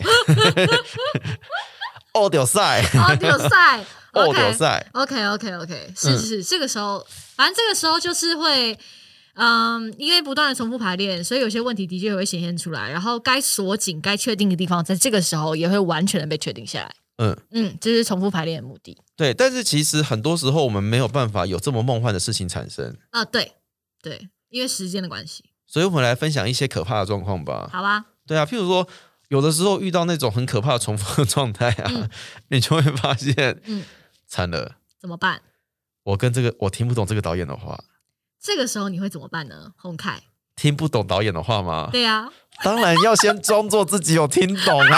哦，丢赛， 哦，丢赛， 哦，丢赛 ，OK，OK，OK， 是是是，这个时候，反正这个时候就是会，嗯，因为不断的重复排练，所以有些问题的确会显现出来，然后该锁紧、该确定的地方，在这个时候也会完全的被确定下来。嗯嗯，这是重复排练的目的。 对，但是其实很多时候我们没有办法有这么梦幻的事情产生啊。对对，因为时间的关系， 所以我们来分享一些可怕的状况吧。 好啊， 对啊，譬如说。有的时候遇到那种很可怕的重复的状态啊，嗯、你就会发现，嗯，惨了， 怎么办？ 我跟这个我听不懂这个导演的话， 这个时候你会怎么办呢？洪凯， 听不懂导演的话吗？ 对啊， 当然要先装作自己有听懂啊。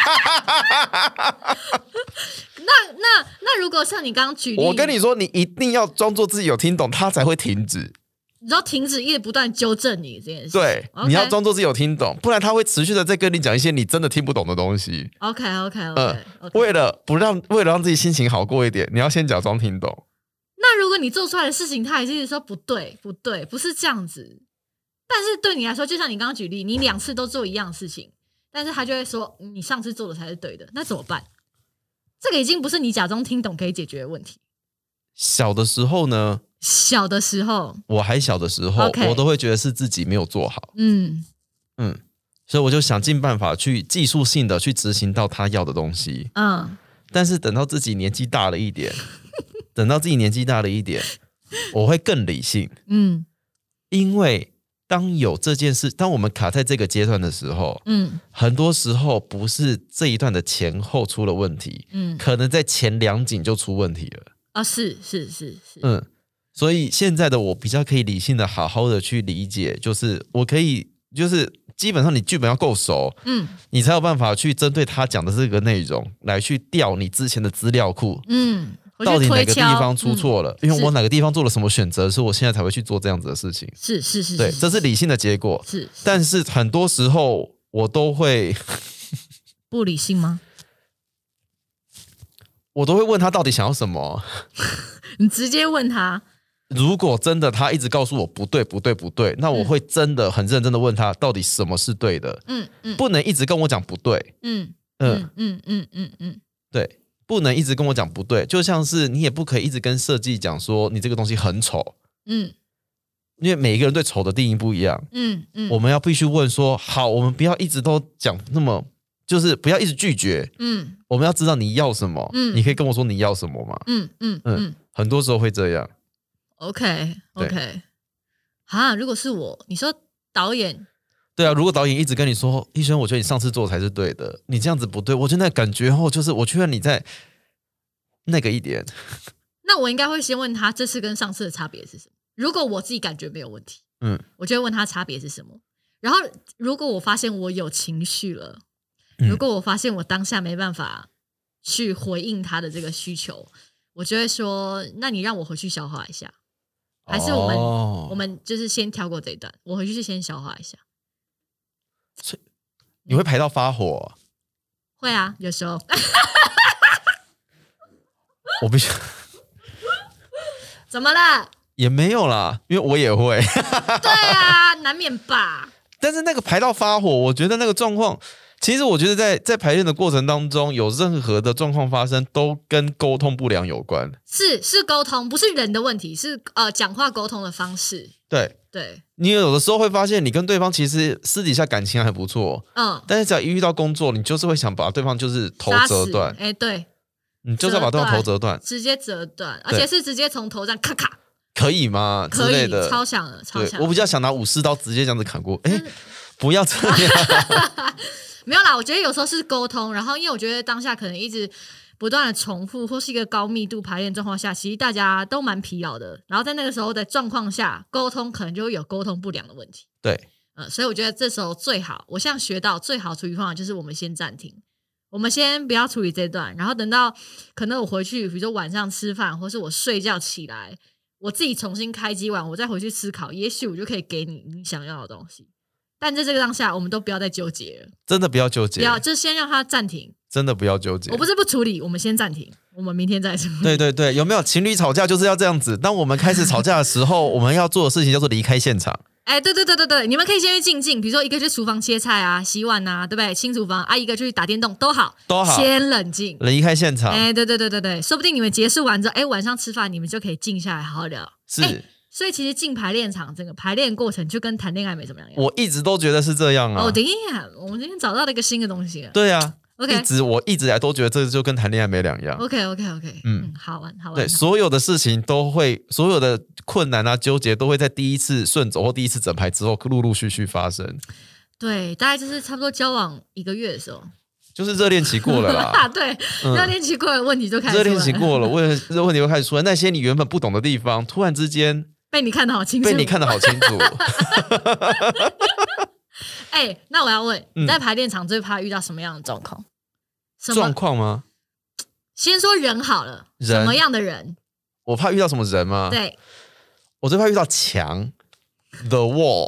那那那如果像你刚刚举例， 我跟你说，你一定要装作自己有听懂，他才会停止。 你知道停止一直不断纠正你这件事， 对， okay. 你要装作自己有听懂，不然他会持续的在跟你讲一些你真的听不懂的东西。 OK OK OK，, okay.、 呃、为了不让为了让自己心情好过一点，你要先假装听懂。 那如果你做出来的事情，他还是说不对不对，不是这样子，但是对你来说，就像你刚刚举例，你两次都做一样的事情，但是他就会说你上次做的才是对的，那怎么办？这个已经不是你假装听懂可以解决的问题。 小的时候呢？ 小的时候， 我还小的时候， okay. 我都会觉得是自己没有做好。嗯嗯，所以我就想尽办法去技术性的去执行到他要的东西。嗯，但是等到自己年纪大了一点，等到自己年纪大了一点，我会更理性。嗯，因为当有这件事，当我们卡在这个阶段的时候，嗯，很多时候不是这一段的前后出了问题，嗯，可能在前两景就出问题了啊，是是是是， 嗯，所以现在的我比较可以理性的好好的去理解，就是我可以，就是基本上你剧本要够熟，嗯，你才有办法去针对他讲的这个内容来去调你之前的资料库，嗯。到底哪个地方出错了、嗯、因为我哪个地方做了什么选择，是我现在才会去做这样子的事情， 是是是， 对，这是理性的结果， 是， 但是很多时候我都会不理性吗？ 我都会问他到底想要什么你直接问他， 如果真的他一直告诉我不对不对不对，那我会真的很认真的问他到底什么是对的，嗯嗯，不能一直跟我讲不对，嗯嗯嗯嗯嗯嗯，对，不能一直跟我讲不对，就像是你也不可以一直跟设计讲说你这个东西很丑，嗯，因为每一个人对丑的定义不一样，嗯嗯，我们要必须问说，好，我们不要一直都讲那么，就是不要一直拒绝，嗯，我们要知道你要什么，嗯，你可以跟我说你要什么吗？嗯嗯嗯，很多时候会这样。 OK OK， 啊，如果是我，你说导演。 对啊，如果导演一直跟你说，医生，我觉得你上次做才是对的，你这样子不对，我觉得那感觉后就是，我觉得你在那个一点。 那我应该会先问他这次跟上次的差别是什么？如果我自己感觉没有问题，嗯，我就会问他差别是什么。然后如果我发现我有情绪了，如果我发现我当下没办法去回应他的这个需求，我就会说，那你让我回去消化一下，还是我们、哦、我们就是先跳过这一段，我回去先消化一下。 所以你会排到发火、啊？ 会啊，有时候。 我不想。 怎么了？ 也没有啦，因为我也会。 对啊，难免吧。 但是那个排到发火，我觉得那个状况，其实我觉得在在排练的过程当中，有任何的状况发生，都跟沟通不良有关。 是是沟通，不是人的问题，是呃讲话沟通的方式。 对。 对， 你有的时候会发现，你跟对方其实私底下感情还不错，嗯，但是只要一遇到工作，你就是会想把对方就是头折断， 哎，对， 你就是要把对方头折断， 直接折断，而且是直接从头上咔咔， 可以吗？ 可以， 之类的， 超想的，超想的。 我比较想拿武士刀直接这样子砍过，哎，不要这样。 没有啦，我觉得有时候是沟通，然后因为我觉得当下可能一直不断的重复，或是一个高密度排练状况下，其实大家都蛮疲劳的。然后在那个时候的状况下，沟通可能就会有沟通不良的问题。 对， 呃，所以我觉得这时候最好，我现在学到最好处理方法就是我们先暂停，我们先不要处理这段，然后等到可能我回去，比如说晚上吃饭，或是我睡觉起来，我自己重新开机完，我再回去思考，也许我就可以给你你想要的东西。但在这个当下，我们都不要再纠结了， 真的不要纠结， 不要，就先让它暂停。 真的不要纠结， 我不是不处理，我们先暂停，我们明天再处理。 对对对，有没有情侣吵架就是要这样子？当我们开始吵架的时候，我们要做的事情叫做离开现场。 哎，对对对对对，你们可以先去静静，比如说一个去厨房切菜啊、洗碗啊，对不对？清厨房啊，一个去打电动都好， 都好， 先冷静， 离开现场。 哎，对对对对对，说不定你们结束完之后，哎，晚上吃饭你们就可以静下来好好聊。 是。 所以其实进排练场整个排练过程就跟谈恋爱没什么两样。 我一直都觉得是这样啊。 哦，等一下，我们今天找到了一个新的东西了。 对啊 ，OK， 一直我一直来都觉得这就跟谈恋爱没两样。 OK OK OK， 嗯，好玩好玩。 对，所有的事情都会，所有的困难啊、纠结都会在第一次顺走或第一次整排之后陆陆续续发生。 对，大概就是差不多交往一个月的时候。 就是热恋期过了啦， 对，嗯、热恋期过了，问题就开始出来。 热恋期过了，问问题就开始出来。那些你原本不懂的地方，突然之间被你看得好清楚， 被你看得好清楚。 哎、欸，那我要问，你在排练场最怕遇到什么样的状况？ 状况吗？ 先说人好了，什么样的人？ 我怕遇到什么人吗？ 对， 我最怕遇到墙 ，the wall。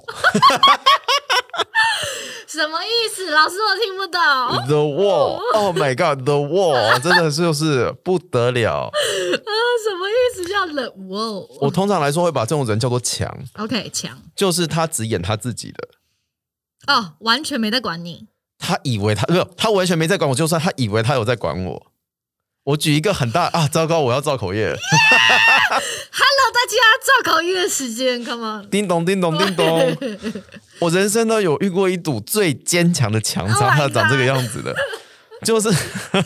什么意思？老师，我听不懂。 The wall, oh my god, the wall 真的就是不得了。啊， 什么意思叫 the wall？ 我通常来说会把这种人叫做强。 OK， 强就是他只演他自己的。 哦，完全没在管你。 他以为他没有，他完全没在管我，就算他以为他有在管我。我举一个很大啊，糟糕，我要造口业了。 Yeah! Hello， 大家，造口业的时间 ，Come on！ 叮咚，叮咚，叮咚。我人生呢有遇过一堵最坚强的墙上， oh、它长这个样子的，就是，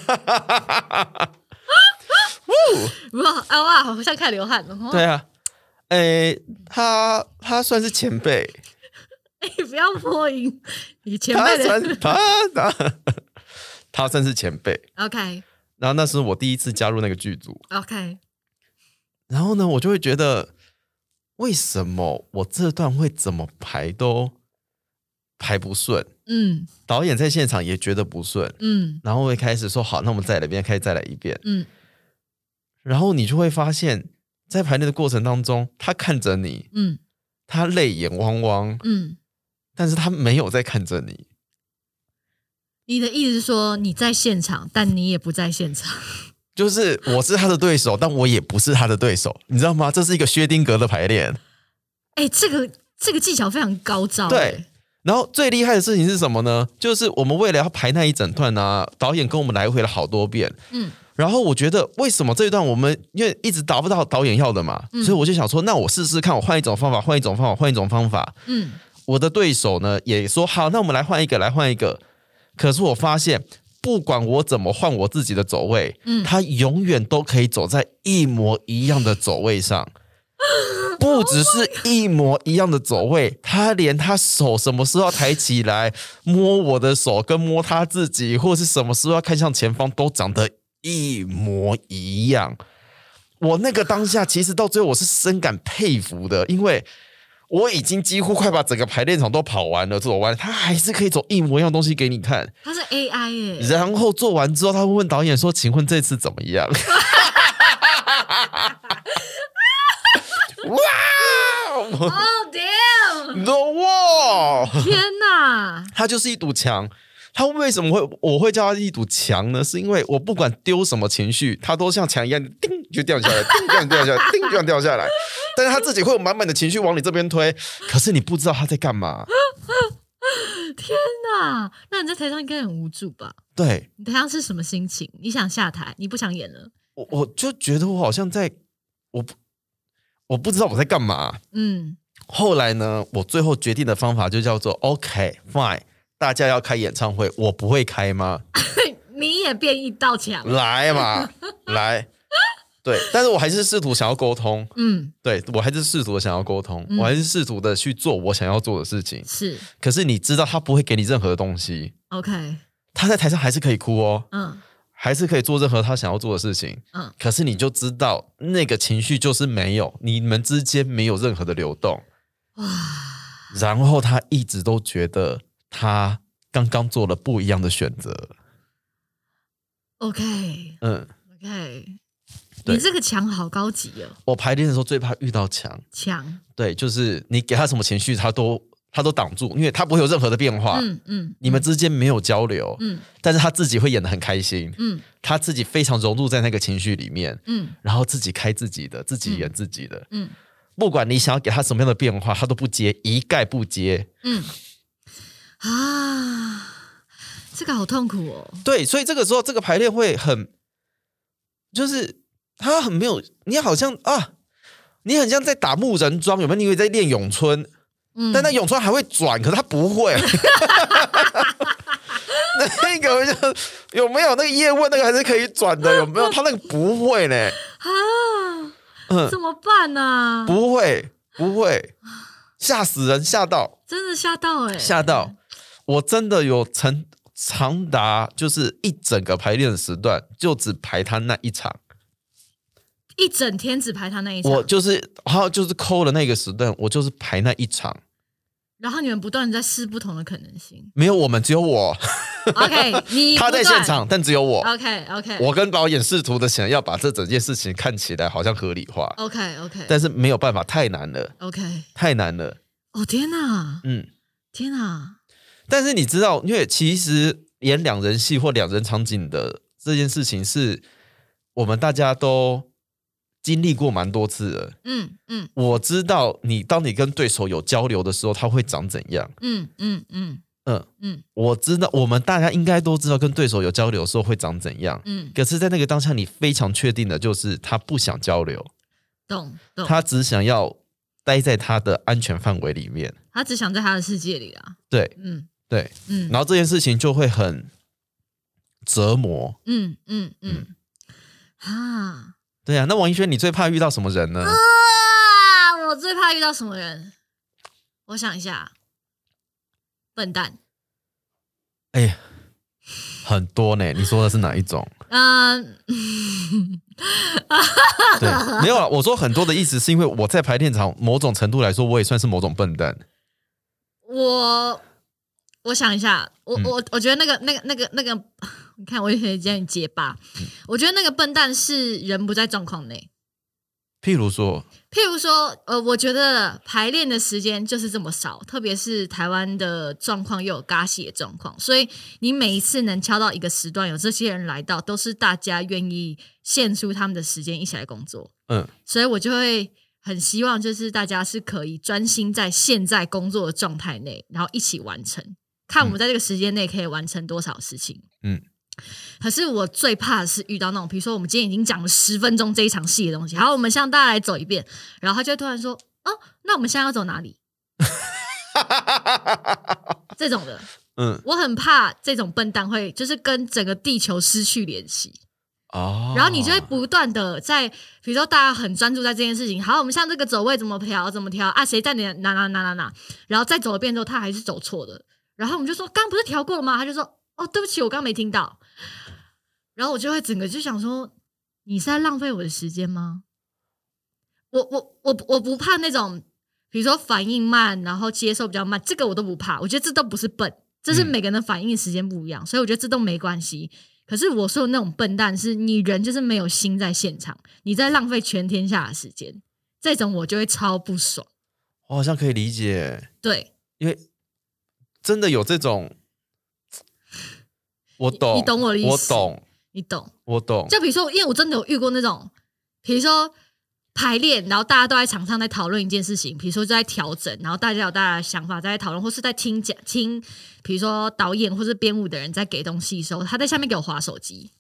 哇啊哇，我现在开始流汗了。 对啊，诶，他他算是前辈， 你不要破音，你前辈的他他他他算是前辈。 OK， 然后那是我第一次加入那个剧组。 OK， 然后呢，我就会觉得，为什么我这段会怎么排都排不顺？嗯，导演在现场也觉得不顺。嗯，然后会开始说好，那我们再来一遍，开始再来一遍。嗯，然后你就会发现，在排练的过程当中，他看着你，嗯，他泪眼汪汪，嗯，但是他没有在看着你。 你的意思是说你在现场，但你也不在现场？ 就是我是他的对手，但我也不是他的对手，你知道吗？这是一个薛丁格的排练。 哎、欸，这个这个技巧非常高招。 对，然后最厉害的事情是什么呢？就是我们为了要排那一整段啊，导演跟我们来回了好多遍。嗯，然后我觉得为什么这一段我们因为一直达不到导演要的嘛，嗯、所以我就想说，那我试试看，我换一种方法，换一种方法，换一种方法。嗯，我的对手呢也说好，那我们来换一个，来换一个。可是我发现，不管我怎么换我自己的走位，嗯，他永远都可以走在一模一样的走位上。不只是一模一样的走位，他连他手什么时候要抬起来摸我的手，跟摸他自己，或是什么时候要看向前方，都长得一模一样。我那个当下，其实到最后我是深感佩服的，因为我已经几乎快把整个排练场都跑完了，走完，他还是可以走一模一样的东西给你看。 他是 A I 耶。 然后做完之后，他会问导演说：“请问这次怎么样？”哇！ Oh damn！ 哇！ 天哪！ 它就是一堵墙。它为什么会我会叫它一堵墙呢？是因为我不管丢什么情绪，它都像墙一样，叮就掉下来，叮就掉下来，叮就掉下来。但是他自己会有满满的情绪往你这边推，可是你不知道他在干嘛。 天哪！那你在台上应该很无助吧？ 对， 你台上是什么心情？你想下台，你不想演了？ 我我就觉得我好像在，我不我不知道我在干嘛。嗯，后来呢，我最后决定的方法就叫做 OK fine， 大家要开演唱会，我不会开吗？ 你也变一道墙， 来嘛，来。对，但是我还是试图想要沟通，嗯，对我还是试图的想要沟通，嗯、我还是试图的去做我想要做的事情。 是， 可是你知道他不会给你任何的东西 ，OK， 他在台上还是可以哭哦，嗯，还是可以做任何他想要做的事情，嗯，可是你就知道那个情绪就是没有，你们之间没有任何的流动，哇，然后他一直都觉得他刚刚做了不一样的选择 ，OK， 嗯 ，OK。你这个墙好高级哦！ 我排练的时候最怕遇到墙。 墙， 对，就是你给他什么情绪，他都他都挡住，因为他不会有任何的变化。嗯嗯，你们之间没有交流。嗯，但是他自己会演得很开心。嗯，他自己非常融入在那个情绪里面。嗯，然后自己开自己的，自己演自己的。嗯，不管你想要给他什么样的变化，他都不接，一概不接。嗯， 啊，这个好痛苦哦。 对，所以这个时候这个排练会很，就是。他很没有，你好像啊，你很像在打木人桩，有没有？你以为在练咏春，嗯、但那咏春还会转，可是他不会。那个就有没有那个叶问那个还是可以转的？有没有？他那个不会呢。啊， 嗯，怎么办呢、啊？ 不会，不会，吓死人，吓到， 真的吓到哎、欸， 吓到！我真的有长长达就是一整个排练的时段，就只排他那一场。 一整天只排他那一场， 我就是他就是抠了那个时段，我就是排那一场。 然后你们不断在试不同的可能性。 没有我们，只有我。 OK， 你他在现场，但只有我。 OK OK， 我跟导演试图的想要把这整件事情看起来好像合理化。 OK OK， 但是没有办法，太难了。 OK， 太难了。 哦天哪，嗯，天哪！ 但是你知道，因为其实演两人戏或两人场景的这件事情，是我们大家都经历过蛮多次的。嗯嗯，我知道你当你跟对手有交流的时候，他会长怎样。嗯嗯嗯嗯嗯，我知道我们大家应该都知道跟对手有交流的时候会长怎样。嗯，可是在那个当下，你非常确定的就是他不想交流， 懂懂， 他只想要待在他的安全范围里面， 他只想在他的世界里啦。 对，嗯对，嗯，然后这件事情就会很折磨。嗯嗯嗯，啊。对呀、啊，那王一轩，你最怕遇到什么人呢？ 啊，我最怕遇到什么人？我想一下， 笨蛋。 哎呀，很多呢，你说的是哪一种？嗯，对，没有啊。我说很多的意思是因为我在排练场某种程度来说，我也算是某种笨蛋。 我我想一下，我、嗯、我我觉得那个那个那个那个，你看我也可以叫你结巴、嗯。我觉得那个笨蛋是人不在状况内。 譬如说， 譬如说，呃，我觉得排练的时间就是这么少，特别是台湾的状况又有尬戏的状况，所以你每一次能敲到一个时段，有这些人来到，都是大家愿意献出他们的时间一起来工作。嗯，所以我就会很希望，就是大家是可以专心在现在工作的状态内，然后一起完成，看我们在这个时间内可以完成多少事情。嗯。可是我最怕的是遇到那种，比如说我们今天已经讲了十分钟这一场戏的东西，好，我们向大家来走一遍，然后他就突然说：“哦，那我们现在要走哪里？”这种的，嗯，我很怕这种笨蛋会就是跟整个地球失去联系哦，然后你就会不断的在，比如说大家很专注在这件事情，好，我们像这个走位怎么调怎么调啊，谁在哪哪哪哪哪哪，然后再走一遍之后他还是走错的，然后我们就说刚刚不是调过了吗？他就说。哦，对不起，我刚没听到。然后我就会整个就想说，你是在浪费我的时间吗？我我我我不怕那种，比如说反应慢，然后接受比较慢，这个我都不怕。我觉得这都不是笨，这是每个人的反应时间不一样，嗯、所以我觉得这都没关系。可是我说的那种笨蛋，是你人就是没有心在现场，你在浪费全天下的时间，这种我就会超不爽。 我好像可以理解， 对， 因为真的有这种。我懂， 你懂我的意思， 我懂， 你懂， 我懂。 就比如说，因为我真的有遇过那种，比如说排练，然后大家都在场上在讨论一件事情，比如说在调整，然后大家有大家的想法在讨论，或是在听讲听，比如说导演或是编舞的人在给东西的时候，他在下面给我滑手机，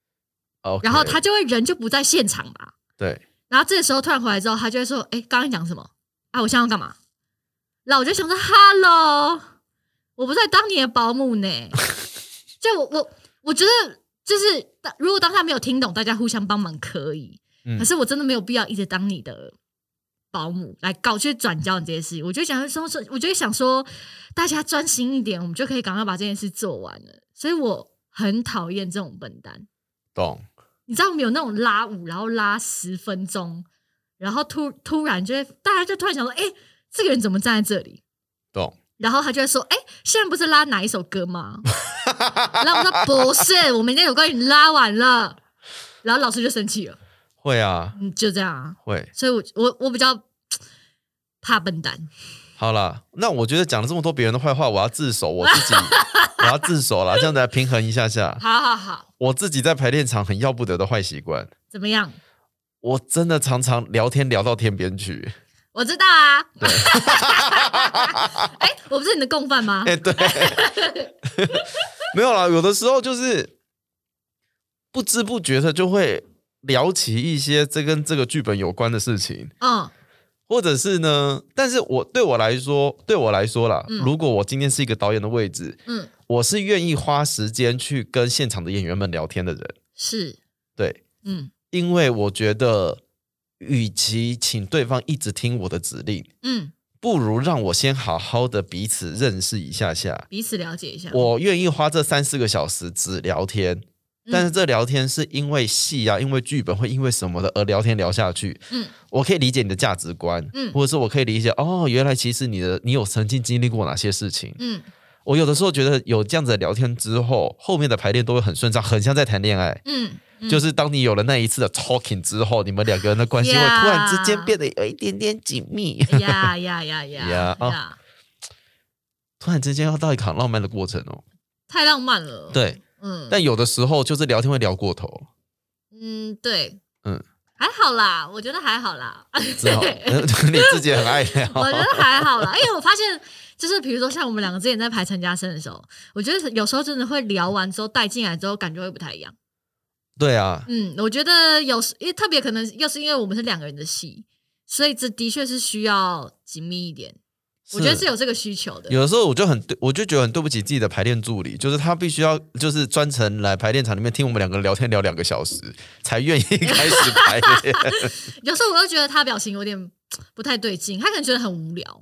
okay. 然后他就会人就不在现场嘛， 对。 然后这个时候突然回来之后，他就会说：“哎，刚刚讲什么啊？我现在要干嘛？”然后我就想说 ：“Hello， 我不是在当你的保姆呢。”就我我我觉得就是如果当下没有听懂，大家互相帮忙可以、嗯，可是我真的没有必要一直当你的保姆来搞去转交你这些事情。我就想说，我就想说，大家专心一点，我们就可以赶快把这件事做完了。所以我很讨厌这种笨蛋。 懂？ 你知道我们有那种拉舞，然后拉十分钟，然后突突然就会大家就突然想说，哎、欸，这个人怎么站在这里？ 懂？ 然后他就会说：“哎、欸，现在不是拉哪一首歌吗？”然后我说：“不是，我们已经有关你拉完了。”然后老师就生气了。 会啊， 嗯，就这样啊。 会， 所以我我我比较怕笨蛋。 好啦，那我觉得讲了这么多别人的坏话，我要自首，我自己我要自首啦，这样子来平衡一下下。 好好好， 我自己在排练场很要不得的坏习惯。 怎么样？ 我真的常常聊天聊到天边去。 我知道啊。对。哎、欸，我不是你的共犯吗？ 哎、欸，对。没有啦，有的时候就是不知不觉的就会聊起一些这跟这个剧本有关的事情。嗯。或者是呢，但是我对我来说，对我来说啦、嗯，如果我今天是一个导演的位置，嗯，我是愿意花时间去跟现场的演员们聊天的人。 是。 对。嗯。因为我觉得。与其请对方一直听我的指令，嗯，不如让我先好好的彼此认识一下下， 彼此了解一下。 我愿意花这三四个小时只聊天，嗯、但是这聊天是因为戏啊，因为剧本会因为什么的而聊天聊下去。嗯，我可以理解你的价值观，嗯，或者是我可以理解哦，原来其实你的你有曾经经历过哪些事情，嗯，我有的时候觉得有这样子的聊天之后，后面的排练都会很顺畅，很像在谈恋爱，嗯。就是当你有了那一次的 talking 之后，你们两个人的关系会突然之间变得有一点点紧密。 呀呀呀呀呀！ 突然之间要到一个很浪漫的过程哦， 太浪漫了。 对，嗯。但有的时候就是聊天会聊过头。 嗯，对，嗯，还好啦，我觉得还好啦。 你自己也很爱聊， 我觉得还好啦，因为我发现。就是比如说像我们两个之前在排陈家生的时候，我觉得有时候真的会聊完之后带进来之后感觉会不太一样。 对啊， 嗯，我觉得有时因为特别可能又是因为我们是两个人的戏，所以这的确是需要紧密一点。我觉得是有这个需求的。 有的时候我就很我就觉得很对不起自己的排练助理，就是他必须要就是专程来排练场里面听我们两个聊天聊两个小时才愿意开始排练。 有时候我又觉得他表情有点不太对劲，他可能觉得很无聊。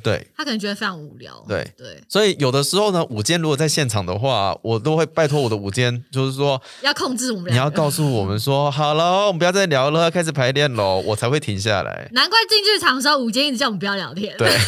对， 他可能觉得非常无聊。 对对， 所以有的时候呢，舞监如果在现场的话，我都会拜托我的舞监，就是说要控制我们两个， 你要告诉我们说好了，我们不要再聊了，开始排练咯，我才会停下来。 难怪进剧场的时候，舞监一直叫我们不要聊天。 对，哎、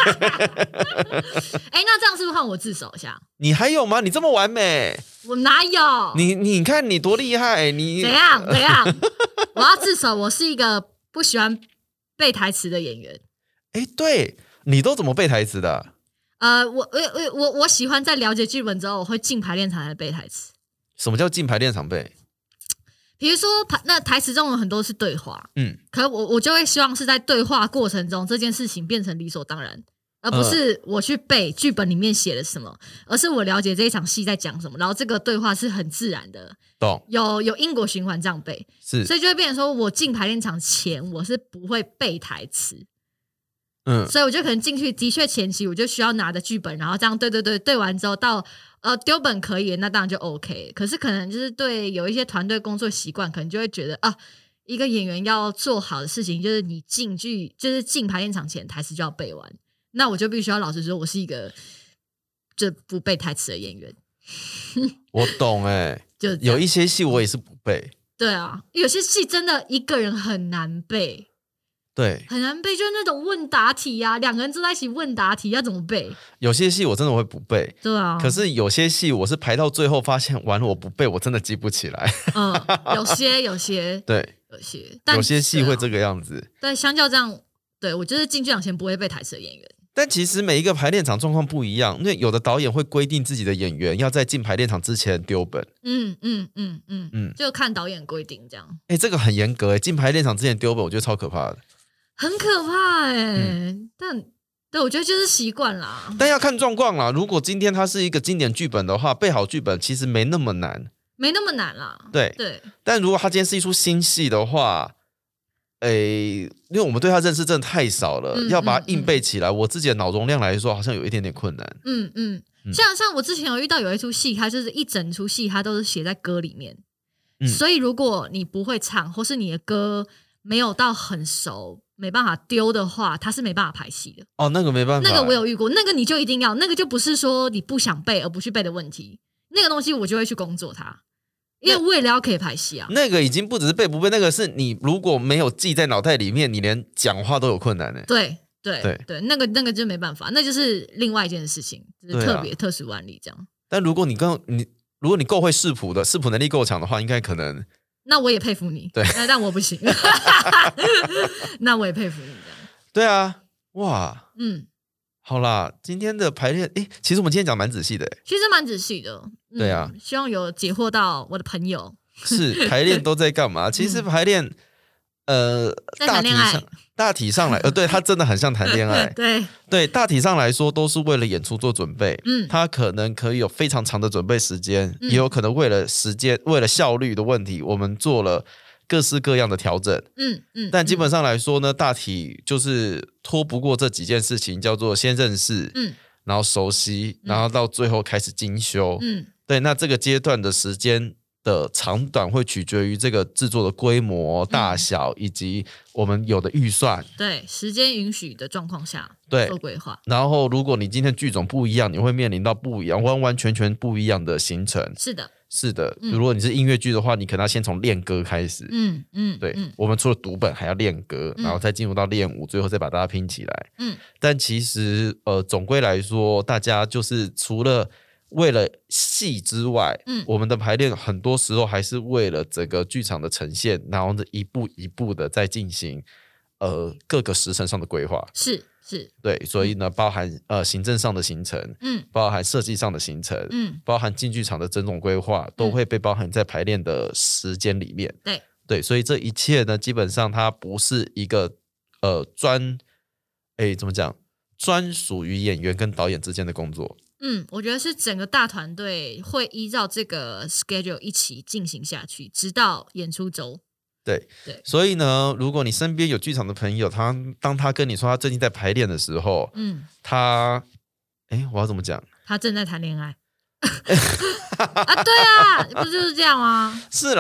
欸，那这样是不是换我自首一下？ 你还有吗？你这么完美， 我哪有？ 你你看你多厉害，你怎样怎样？我要自首，我是一个不喜欢背台词的演员。 哎，对，你都怎么背台词的？ 呃，我我我我喜欢在了解剧本之后，我会进排练场来背台词。 什么叫进排练场背？ 比如说那台词中有很多是对话， 嗯， 可是我我就会希望是在对话过程中这件事情变成理所当然，而不是我去背剧本里面写了什么，而是我了解这一场戏在讲什么，然后这个对话是很自然的， 懂？ 有有因果循环这样背， 是， 所以就会变成说我进排练场前我是不会背台词。 嗯， 所以我就可能进去，的确前期我就需要拿着剧本，然后这样对对对对完之后到呃丢本可以，那当然就 OK。可是可能就是对有一些团队工作习惯，可能就会觉得啊，一个演员要做好的事情就是你进剧，就是进排练场前台词就要背完。那我就必须要老实说，我是一个就不背台词的演员。 我懂哎、欸， 就有一些戏我也是不背。 对啊，有些戏真的一个人很难背。 对， 很难背，就是那种问答题啊，两个人坐在一起问答题要怎么背？ 有些戏我真的会不背， 对啊。 可是有些戏我是排到最后发现，完了我不背，我真的记不起来。 嗯，有些有些， 对， 有些，但有些戏会这个样子。 但相较这样，对我就是进剧场前不会背台词的演员。 但其实每一个排练场状况不一样，因为有的导演会规定自己的演员要在进排练场之前丢本。 嗯嗯嗯嗯嗯，就看导演规定这样。 哎、欸，这个很严格哎、欸，进排练场之前丢本，我觉得超可怕的。 很可怕哎、欸嗯，但对我觉得就是习惯啦。 但要看状况啦。如果今天它是一个经典剧本的话，背好剧本其实没那么难， 没那么难啦。 对对。 但如果它今天是一出新戏的话，诶，因为我们对它认识真的太少了，嗯、要把它硬背起来、嗯，我自己的脑容量来说，好像有一点点困难。 嗯嗯，像像我之前有遇到有一出戏，它就是一整出戏，它都是写在歌里面、嗯，所以如果你不会唱，或是你的歌没有到很熟。没办法丢的话，他是没办法排戏的。 哦，那个没办法， 那个我有遇过，那个你就一定要，那个就不是说你不想背而不去背的问题，那个东西我就会去工作它，因为为了要可以排戏啊。 那个已经不只是背不背，那个是你如果没有记在脑袋里面，你连讲话都有困难呢。 对对对对，那个那个就没办法，那就是另外一件事情，就是特别、啊、特殊案例这样。 但如果你跟你如果你够会视谱的，视谱能力够强的话，应该可能。 那我也佩服你， 对， 但我不行。那我也佩服你这样。 对啊，哇， 嗯， 好啦，今天的排练，哎，其实我们今天讲蛮仔细的， 其实蛮仔细的、嗯。 对啊， 希望有解惑到我的朋友。 是排练都在干嘛？其实排练，嗯、呃，大体上，大体上来，呃，对，它真的很像谈恋爱。 对对，大体上来说都是为了演出做准备。嗯，它可能可以有非常长的准备时间，嗯、也有可能为了时间、为了效率的问题，我们做了各式各样的调整。嗯嗯，但基本上来说呢，大体就是脱不过这几件事情，叫做先认识，嗯，然后熟悉，然后到最后开始精修。嗯，对，那这个阶段的时间的长短会取决于这个制作的规模、大小、嗯、以及我们有的预算。对， 时间允许的状况下做规划。 然后，如果你今天剧种不一样，你会面临到不一样、完完全全不一样的行程。 是的， 是的。嗯、如果你是音乐剧的话，你可能要先从练歌开始。嗯嗯，对嗯，我们除了读本还要练歌，然后再进入到练舞，最后再把大家拼起来。嗯，但其实呃，总归来说，大家就是除了为了戏之外、嗯，我们的排练很多时候还是为了整个剧场的呈现，然后一步一步的在进行呃各个时程上的规划。 是是， 对，所以呢，嗯、包含呃行政上的行程，嗯，包含设计上的行程，嗯，包含进剧场的整种规划，都会被包含在排练的时间里面。 对对，所以这一切呢，基本上它不是一个呃专，哎，怎么讲，专属于演员跟导演之间的工作。 嗯，我觉得是整个大团队会依照这个 schedule 一起进行下去，直到演出周。 对对，所以呢，如果你身边有剧场的朋友，他当他跟你说他最近在排练的时候，嗯，他，哎，我要怎么讲？ 他正在谈恋爱。啊，对啊，不就是这样吗？ 是啦，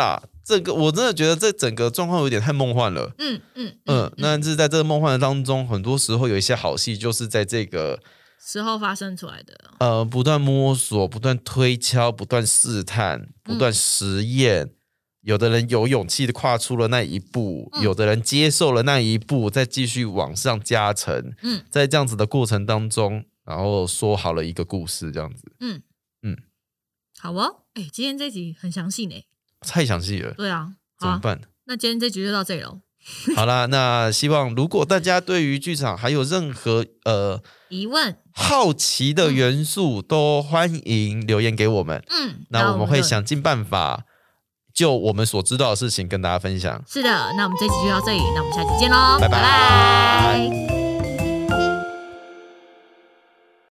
这个我真的觉得这整个状况有点太梦幻了。嗯嗯嗯，那是在这个梦幻的当中，很多时候有一些好戏就是在这个时候发生出来的。 呃，不断摸索，不断推敲，不断试探，不断实验。嗯，有的人有勇气的跨出了那一步，嗯，有的人接受了那一步，再继续往上加成。嗯，在这样子的过程当中，然后说好了一个故事，这样子。嗯嗯， 好哦。哎，今天这集很详细呢。 太详细了。 对啊， 怎么办？ 那今天这集就到这里喽。 好啦，那希望如果大家对于剧场还有任何呃疑问、 好奇的元素，嗯，都欢迎留言给我们。嗯，那我们会想尽办法就我们所知道的事情跟大家分享。 是的，那我们这集就到这里，那我们下期见喽， 拜拜。 拜拜。